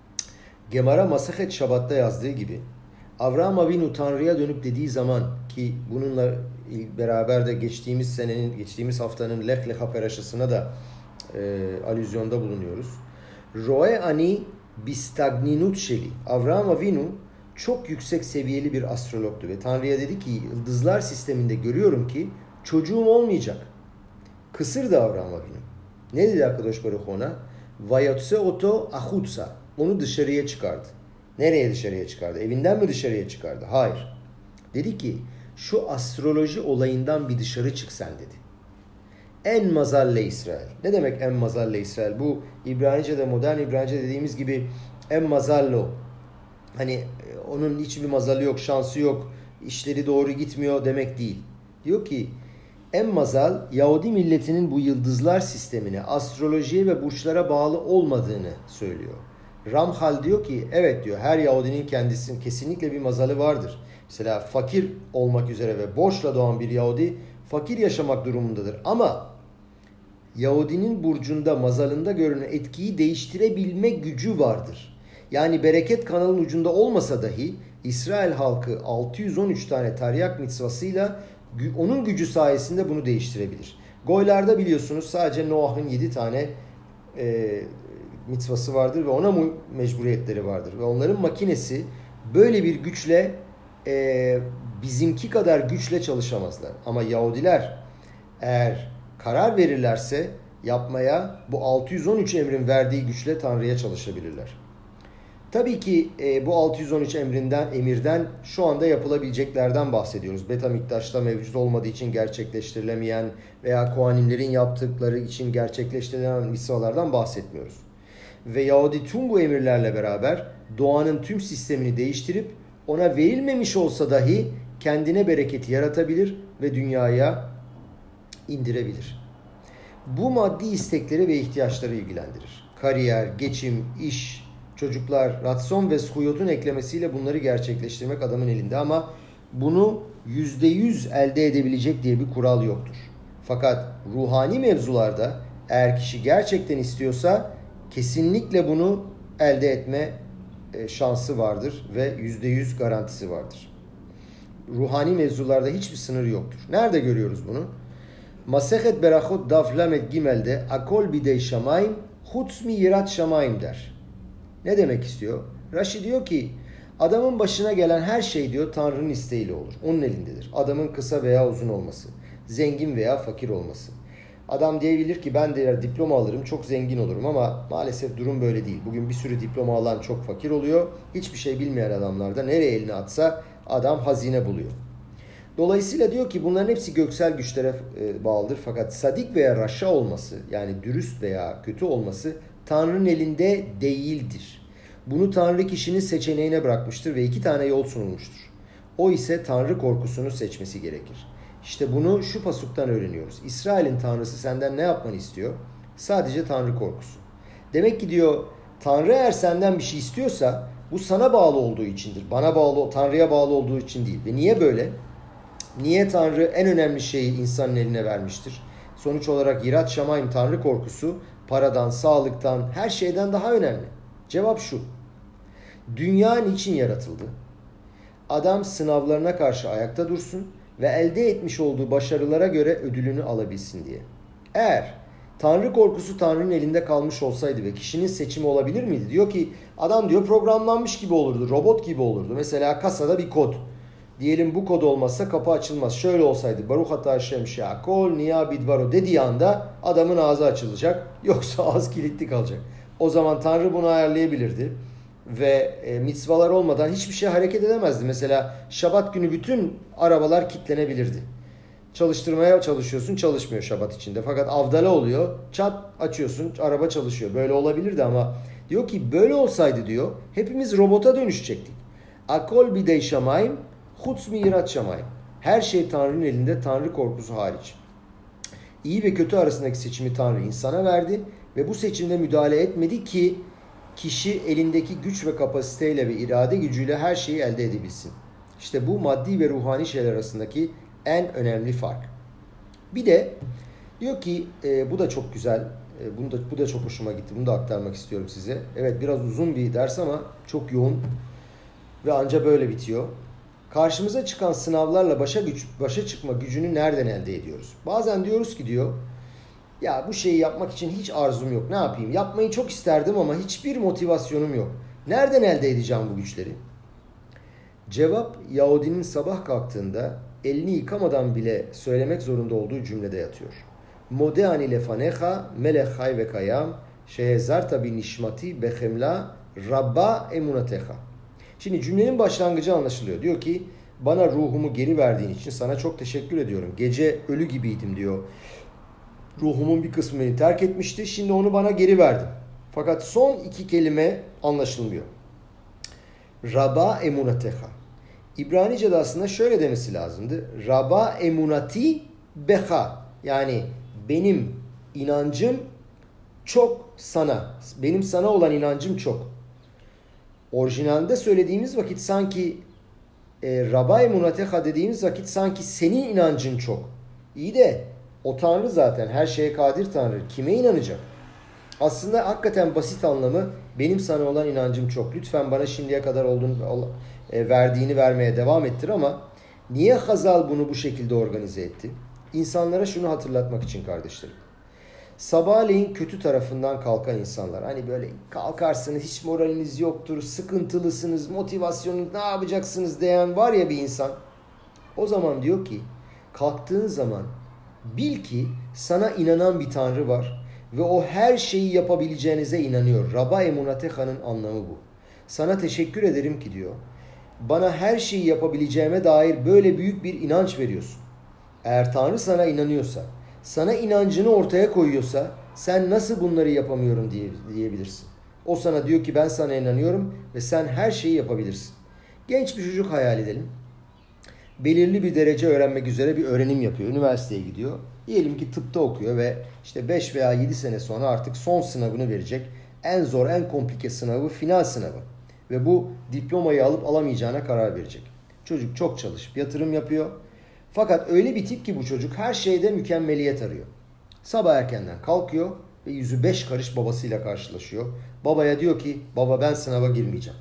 Gemara Masachet Şabat'ta yazdığı gibi, Avraham Avinu Tanrı'ya dönüp dediği zaman, ki bununla beraber de geçtiğimiz senenin, geçtiğimiz haftanın Lech Lecha peraşasına da e, alüzyonda bulunuyoruz. Roe ani bistagninut şeli. Avraham Avinu çok yüksek seviyeli bir astrologtu ve Tanrı'ya dedi ki, yıldızlar sisteminde görüyorum ki çocuğum olmayacak. Kısırdı Avraham Avinu. Ne dedi Akadosh Baruch ona? Vayotse oto ahutsa. Onu dışarıya çıkardı. Nereye dışarıya çıkardı? Evinden mi dışarıya çıkardı? Hayır. Dedi ki şu astroloji olayından bir dışarı çık sen dedi. En mazalle İsrail. Ne demek en mazalle İsrail? Bu İbranice'de, modern İbranice dediğimiz gibi en mazallo. Hani onun hiçbir mazalı yok, şansı yok, işleri doğru gitmiyor demek değil. Diyor ki en mazal Yahudi milletinin bu yıldızlar sistemine, astrolojiye ve burçlara bağlı olmadığını söylüyor. Ramhal diyor ki evet diyor, her Yahudinin kendisinin kesinlikle bir mazalı vardır. Mesela fakir olmak üzere ve borçla doğan bir Yahudi fakir yaşamak durumundadır. Ama Yahudinin burcunda, mazalında görünen etkiyi değiştirebilme gücü vardır. Yani bereket kanalın ucunda olmasa dahi İsrail halkı altı yüz on üç tane Taryak mitzvasıyla onun gücü sayesinde bunu değiştirebilir. Goylarda biliyorsunuz sadece Noah'ın yedi tane e, mitzvası vardır ve ona mecburiyetleri vardır. Ve onların makinesi böyle bir güçle e, bizimki kadar güçle çalışamazlar. Ama Yahudiler eğer karar verirlerse yapmaya bu altı yüz on üç emrin verdiği güçle Tanrı'ya çalışabilirler. Tabii ki e, bu altı yüz on üç emrinden, emirden şu anda yapılabileceklerden bahsediyoruz. Betamiktaş'ta mevcut olmadığı için gerçekleştirilemeyen veya Kohanimlerin yaptıkları için gerçekleştirilen mitzvalardan bahsetmiyoruz. Ve Yahudi tüm bu emirlerle beraber doğanın tüm sistemini değiştirip ona verilmemiş olsa dahi kendine bereketi yaratabilir ve dünyaya indirebilir. Bu maddi istekleri ve ihtiyaçları ilgilendirir. Kariyer, geçim, iş, çocuklar, ratson ve skuyotun eklemesiyle bunları gerçekleştirmek adamın elinde ama bunu yüzde yüz elde edebilecek diye bir kural yoktur. Fakat ruhani mevzularda eğer kişi gerçekten istiyorsa kesinlikle bunu elde etme şansı vardır ve yüzde yüz garantisi vardır. Ruhani mevzularda hiçbir sınır yoktur. Nerede görüyoruz bunu? Masehet Berachot Daf Lamed Gimel'de Akol bidey şamayim hutz mi yirat şamayim der. Ne demek istiyor? Rashi diyor ki adamın başına gelen her şey diyor Tanrı'nın isteğiyle olur. Onun elindedir. Adamın kısa veya uzun olması, zengin veya fakir olması. Adam diyebilir ki ben de diploma alırım, çok zengin olurum ama maalesef durum böyle değil. Bugün bir sürü diploma alan çok fakir oluyor. Hiçbir şey bilmeyen adamlar da nereye elini atsa adam hazine buluyor. Dolayısıyla diyor ki bunların hepsi göksel güçlere bağlıdır. Fakat sadik veya raşa olması, yani dürüst veya kötü olması Tanrı'nın elinde değildir. Bunu Tanrı kişinin seçeneğine bırakmıştır ve iki tane yol sunulmuştur. O ise Tanrı korkusunu seçmesi gerekir. İşte bunu şu pasuktan öğreniyoruz. İsrail'in Tanrısı senden ne yapmanı istiyor? Sadece Tanrı korkusu. Demek ki diyor Tanrı eğer senden bir şey istiyorsa bu sana bağlı olduğu içindir. Bana bağlı, Tanrı'ya bağlı olduğu için değil. Ve niye böyle? Niye Tanrı en önemli şeyi insanın eline vermiştir? Sonuç olarak yirat şamayim, Tanrı korkusu paradan, sağlıktan, her şeyden daha önemli. Cevap şu. Dünya niçin yaratıldı? Adam sınavlarına karşı ayakta dursun ve elde etmiş olduğu başarılara göre ödülünü alabilsin diye. Eğer Tanrı korkusu Tanrı'nın elinde kalmış olsaydı ve kişinin seçimi olabilir miydi? Diyor ki adam diyor programlanmış gibi olurdu, robot gibi olurdu. Mesela kasada bir kod. Diyelim bu kod olmazsa kapı açılmaz. Şöyle olsaydı Baruch Ata Hashem She'akol Niya Bidvaro dediği anda adamın ağzı açılacak. Yoksa ağız kilitli kalacak. O zaman Tanrı bunu ayarlayabilirdi. Ve e, mitzvalar olmadan hiçbir şey hareket edemezdi. Mesela Şabat günü bütün arabalar kilitlenebilirdi. Çalıştırmaya çalışıyorsun, çalışmıyor Şabat içinde. Fakat avdala oluyor, çat açıyorsun, araba çalışıyor. Böyle olabilirdi ama diyor ki böyle olsaydı diyor hepimiz robota dönüşecektik. Akol bidey şamayim hutz mi yirat şamayim. Her şey Tanrı'nın elinde, Tanrı korkusu hariç. İyi ve kötü arasındaki seçimi Tanrı insana verdi ve bu seçimde müdahale etmedi ki kişi elindeki güç ve kapasiteyle ve irade gücüyle her şeyi elde edebilsin. İşte bu maddi ve ruhani şeyler arasındaki en önemli fark. Bir de diyor ki e, bu da çok güzel. E, bunu da, bu da çok hoşuma gitti. Bunu da aktarmak istiyorum size. Evet biraz uzun bir ders ama çok yoğun ve anca böyle bitiyor. Karşımıza çıkan sınavlarla başa güç, başa çıkma gücünü nereden elde ediyoruz? Bazen diyoruz ki diyor ya bu şeyi yapmak için hiç arzum yok. Ne yapayım? Yapmayı çok isterdim ama hiçbir motivasyonum yok. Nereden elde edeceğim bu güçleri? Cevap Yahudinin sabah kalktığında elini yıkamadan bile söylemek zorunda olduğu cümlede yatıyor. Modeani lefanecha melech hay ve kayam şehezarta bi nişmati behemla rabba emunatecha. Şimdi cümlenin başlangıcı anlaşılıyor. Diyor ki bana ruhumu geri verdiğin için sana çok teşekkür ediyorum. Gece ölü gibiydim diyor. Ruhumun bir kısmı beni terk etmişti. Şimdi onu bana geri verdin. Fakat son iki kelime anlaşılmıyor. Rabba emunatecha. İbranice'de aslında şöyle demesi lazımdı. Rabba emunati beha. Yani benim inancım çok sana. Benim sana olan inancım çok. Orijinalde söylediğimiz vakit sanki e, Rabba emunatecha dediğimiz vakit sanki senin inancın çok. İyi de o Tanrı zaten her şeye kadir Tanrı. Kime inanacak? Aslında hakikaten basit anlamı benim sana olan inancım çok. Lütfen bana şimdiye kadar olduğun, verdiğini vermeye devam ettir ama niye Hazal bunu bu şekilde organize etti? İnsanlara şunu hatırlatmak için kardeşlerim. Sabahleyin kötü tarafından kalkan insanlar. Hani böyle kalkarsınız hiç moraliniz yoktur, sıkıntılısınız, motivasyonunuz ne yapacaksınız diyen var ya bir insan. O zaman diyor ki kalktığın zaman bil ki sana inanan bir Tanrı var ve o her şeyi yapabileceğinize inanıyor. Rabba emunatecha'nın anlamı bu. Sana teşekkür ederim ki diyor. Bana her şeyi yapabileceğime dair böyle büyük bir inanç veriyorsun. Eğer Tanrı sana inanıyorsa, sana inancını ortaya koyuyorsa sen nasıl bunları yapamıyorum diye, diyebilirsin. O sana diyor ki ben sana inanıyorum ve sen her şeyi yapabilirsin. Genç bir çocuk hayal edelim. Belirli bir derece öğrenmek üzere bir öğrenim yapıyor. Üniversiteye gidiyor. Diyelim ki tıpta okuyor ve işte beş veya yedi sene sonra artık son sınavını verecek. En zor, en komplike sınavı final sınavı. Ve bu diplomayı alıp alamayacağına karar verecek. Çocuk çok çalışıp yatırım yapıyor. Fakat öyle bir tip ki bu çocuk her şeyde mükemmeliyet arıyor. Sabah erkenden kalkıyor ve yüzü beş karış babasıyla karşılaşıyor. Babaya diyor ki baba ben sınava girmeyeceğim.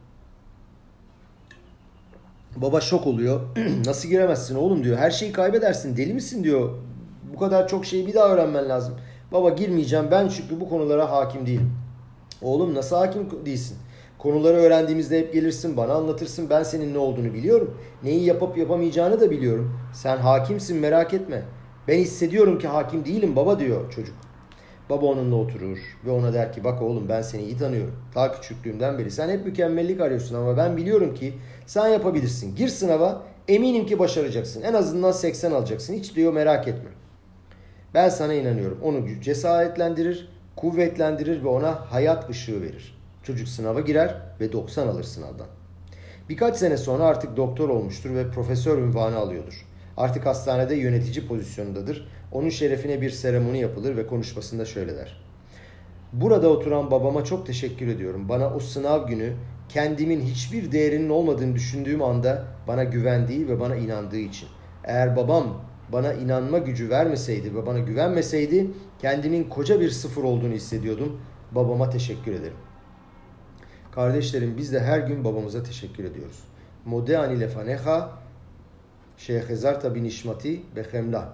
Baba şok oluyor. Nasıl giremezsin oğlum diyor. Her şeyi kaybedersin. Deli misin diyor. Bu kadar çok şeyi bir daha öğrenmen lazım. Baba girmeyeceğim ben çünkü bu konulara hakim değilim. Oğlum nasıl hakim değilsin? Konuları öğrendiğimizde hep gelirsin bana anlatırsın. Ben senin ne olduğunu biliyorum. Neyi yapıp yapamayacağını da biliyorum. Sen hakimsin merak etme. Ben hissediyorum ki hakim değilim baba diyor çocuk. Baba onunla oturur ve ona der ki bak oğlum ben seni iyi tanıyorum. Ta küçüklüğümden beri sen hep mükemmellik arıyorsun ama ben biliyorum ki sen yapabilirsin. Gir sınava eminim ki başaracaksın. En azından seksen alacaksın. Hiç diyor merak etme. Ben sana inanıyorum. Onu cesaretlendirir, kuvvetlendirir ve ona hayat ışığı verir. Çocuk sınava girer ve doksan alır sınavdan. Birkaç sene sonra artık doktor olmuştur ve profesör unvanı alıyordur. Artık hastanede yönetici pozisyonundadır. Onun şerefine bir seremoni yapılır ve konuşmasında şöyle der. Burada oturan babama çok teşekkür ediyorum. Bana o sınav günü kendimin hiçbir değerinin olmadığını düşündüğüm anda bana güvendiği ve bana inandığı için. Eğer babam bana inanma gücü vermeseydi ve bana güvenmeseydi kendimin koca bir sıfır olduğunu hissediyordum. Babama teşekkür ederim. Kardeşlerim biz de her gün babamıza teşekkür ediyoruz. Modeani lefaneha şeyhezarta binişmati behemla.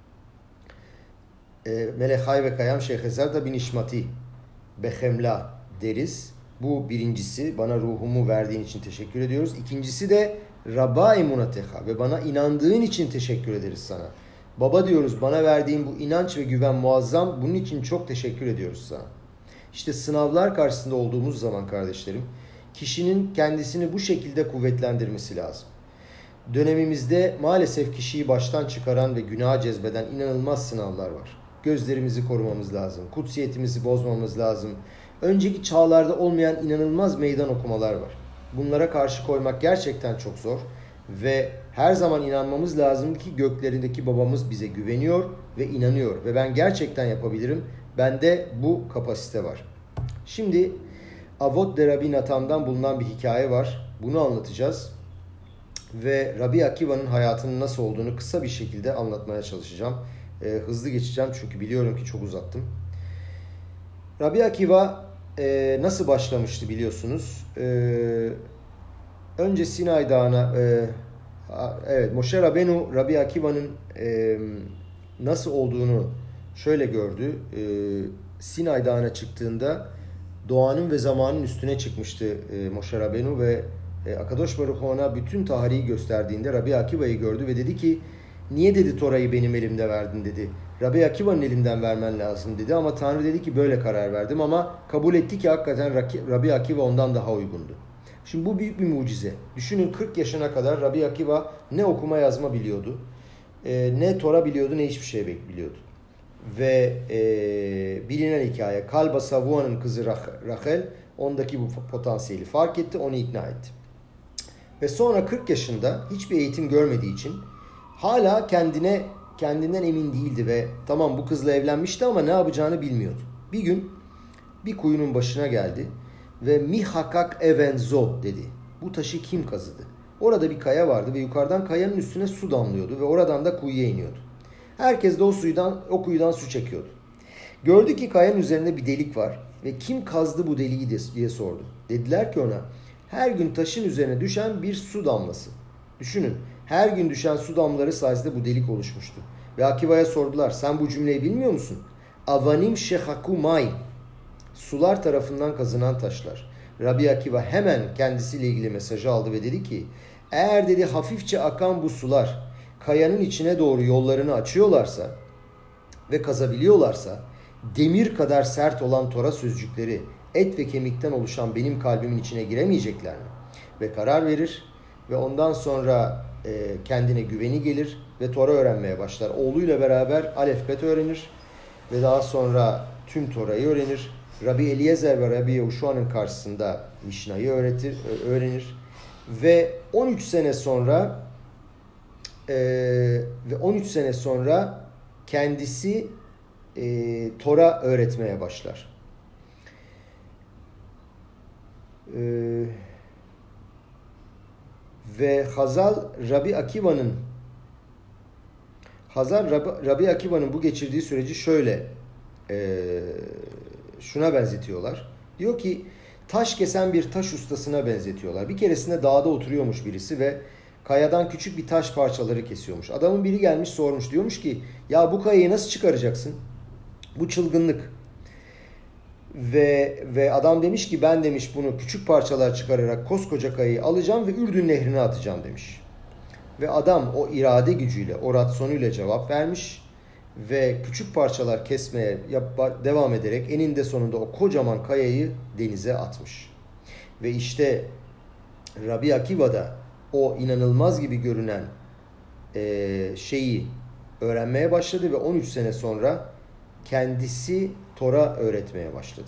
Melekhay ve kayam şeyhezarta binişmati behemla deriz. Bu birincisi bana ruhumu verdiğin için teşekkür ediyoruz. İkincisi de Rabba emunateha ve bana inandığın için teşekkür ederiz sana. Baba diyoruz bana verdiğin bu inanç ve güven muazzam. Bunun için çok teşekkür ediyoruz sana. İşte sınavlar karşısında olduğumuz zaman kardeşlerim kişinin kendisini bu şekilde kuvvetlendirmesi lazım. Dönemimizde maalesef kişiyi baştan çıkaran ve günaha cezbeden inanılmaz sınavlar var. Gözlerimizi korumamız lazım. Kutsiyetimizi bozmamız lazım. Önceki çağlarda olmayan inanılmaz meydan okumalar var. Bunlara karşı koymak gerçekten çok zor. Ve her zaman inanmamız lazım ki göklerindeki babamız bize güveniyor ve inanıyor. Ve ben gerçekten yapabilirim. Bende bu kapasite var. Şimdi Avot de Rabbi Natan'dan bulunan bir hikaye var. Bunu anlatacağız. Ve Rabbi Akiva'nın hayatının nasıl olduğunu kısa bir şekilde anlatmaya çalışacağım. E, hızlı geçeceğim çünkü biliyorum ki çok uzattım. Rabbi Akiva e, nasıl başlamıştı biliyorsunuz. E, önce Sinay Dağı'na, e, evet Moshe Rabenu Rabbi Akiva'nın e, nasıl olduğunu şöyle gördü. E, Sinay Dağı'na çıktığında doğanın ve zamanın üstüne çıkmıştı e, Moshe Rabenu ve e, Akadosh Baruch Hu ona bütün tarihi gösterdiğinde Rabbi Akiva'yı gördü ve dedi ki niye dedi Tora'yı benim elimde verdin dedi. Rabbi Akiva'nın elinden vermen lazım dedi ama Tanrı dedi ki böyle karar verdim ama kabul etti ki hakikaten Rabbi Akiva ondan daha uygundu. Şimdi bu büyük bir mucize. Düşünün kırk yaşına kadar Rabbi Akiva ne okuma yazma biliyordu, e, ne Tora biliyordu, ne hiçbir şey biliyordu. Ve e, bilinen hikaye Kalba Savua'nın kızı Rachel ondaki bu potansiyeli fark etti, onu ikna etti. Ve sonra kırk yaşında hiçbir eğitim görmediği için hala kendine kendinden emin değildi ve tamam bu kızla evlenmişti ama ne yapacağını bilmiyordu. Bir gün bir kuyunun başına geldi ve mihakak evenzo dedi. Bu taşı kim kazıdı? Orada bir kaya vardı ve yukarıdan kayanın üstüne su damlıyordu ve oradan da kuyuya iniyordu. Herkes de o suydan, o kuyudan su çekiyordu. Gördü ki kayanın üzerinde bir delik var ve kim kazdı bu deliği diye sordu. Dediler ki ona her gün taşın üzerine düşen bir su damlası. Düşünün her gün düşen su damlaları sayesinde bu delik oluşmuştu. Ve Akiva'ya sordular sen bu cümleyi bilmiyor musun? Avanim shehaku may. Sular tarafından kazınan taşlar. Rabbi Akiva hemen kendisiyle ilgili mesajı aldı ve dedi ki eğer dedi hafifçe akan bu sular kayanın içine doğru yollarını açıyorlarsa ve kazabiliyorlarsa demir kadar sert olan Tora sözcükleri et ve kemikten oluşan benim kalbimin içine giremeyecekler mi? Ve karar verir ve ondan sonra e, kendine güveni gelir ve Tora öğrenmeye başlar. Oğluyla beraber alefbet öğrenir ve daha sonra tüm Tora'yı öğrenir Rabbi Eliezer ve Rabbi Yehuşua'nın karşısında Mişna'yı öğretir, öğrenir. Ve on üç sene sonra e, ve on üç sene sonra kendisi e, Tora öğretmeye başlar. E, ve Hazal Rabbi Akiva'nın Hazal Rabbi, Rabbi Akiva'nın bu geçirdiği süreci şöyle e, şuna benzetiyorlar. Diyor ki taş kesen bir taş ustasına benzetiyorlar. Bir keresinde dağda oturuyormuş birisi ve kayadan küçük bir taş parçaları kesiyormuş. Adamın biri gelmiş sormuş. Diyormuş ki ya bu kayayı nasıl çıkaracaksın? Bu çılgınlık. Ve ve adam demiş ki ben demiş bunu küçük parçalar çıkararak koskoca kayayı alacağım ve Ürdün Nehri'ne atacağım demiş. Ve adam o irade gücüyle, o rasyonuyla cevap vermiş ve küçük parçalar kesmeye devam ederek eninde sonunda o kocaman kayayı denize atmış. Ve işte Rabbi Akiva da o inanılmaz gibi görünen e, şeyi öğrenmeye başladı ve on üç sene sonra kendisi Tora öğretmeye başladı.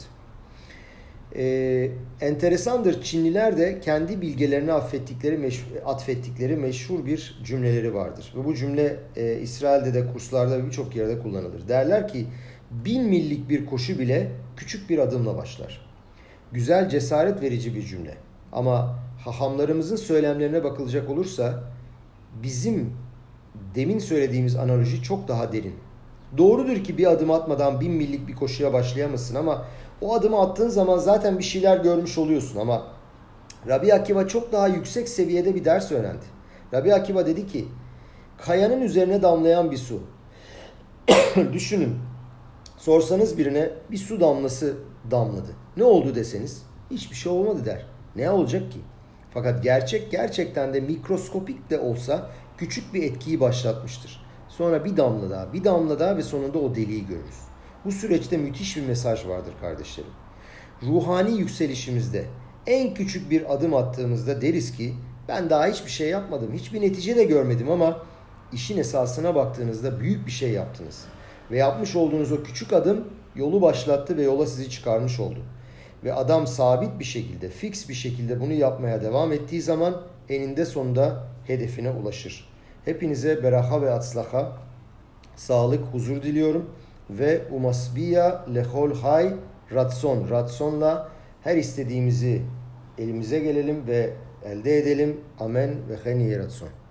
Ee, enteresandır, Çinliler de kendi bilgelerini affettikleri, meşhur, atfettikleri meşhur bir cümleleri vardır. Ve bu cümle e, İsrail'de de kurslarda ve birçok yerde kullanılır. Derler ki bin millik bir koşu bile küçük bir adımla başlar. Güzel, cesaret verici bir cümle. Ama hahamlarımızın söylemlerine bakılacak olursa bizim demin söylediğimiz analoji çok daha derin. Doğrudur ki bir adım atmadan bin millik bir koşuya başlayamazsın ama o adımı attığın zaman zaten bir şeyler görmüş oluyorsun. Ama Rabbi Akiva çok daha yüksek seviyede bir ders öğrendi. Rabbi Akiva dedi ki kayanın üzerine damlayan bir su. Düşünün, sorsanız birine bir su damlası damladı. Ne oldu deseniz hiçbir şey olmadı der. Ne olacak ki? Fakat gerçek gerçekten de mikroskopik de olsa küçük bir etkiyi başlatmıştır. Sonra bir damla daha, bir damla daha ve sonunda o deliği görürüz. Bu süreçte müthiş bir mesaj vardır kardeşlerim. Ruhani yükselişimizde en küçük bir adım attığımızda deriz ki ben daha hiçbir şey yapmadım, hiçbir netice de görmedim ama işin esasına baktığınızda büyük bir şey yaptınız. Ve yapmış olduğunuz o küçük adım yolu başlattı ve yola sizi çıkarmış oldu. Ve adam sabit bir şekilde, fix bir şekilde bunu yapmaya devam ettiği zaman eninde sonunda hedefine ulaşır. Hepinize beraha ve atslaha, sağlık, huzur diliyorum. Ve umasbiya lehol hay ratson. Ratsonla her istediğimizi elimize gelelim ve elde edelim. Amen ve heniye ratson.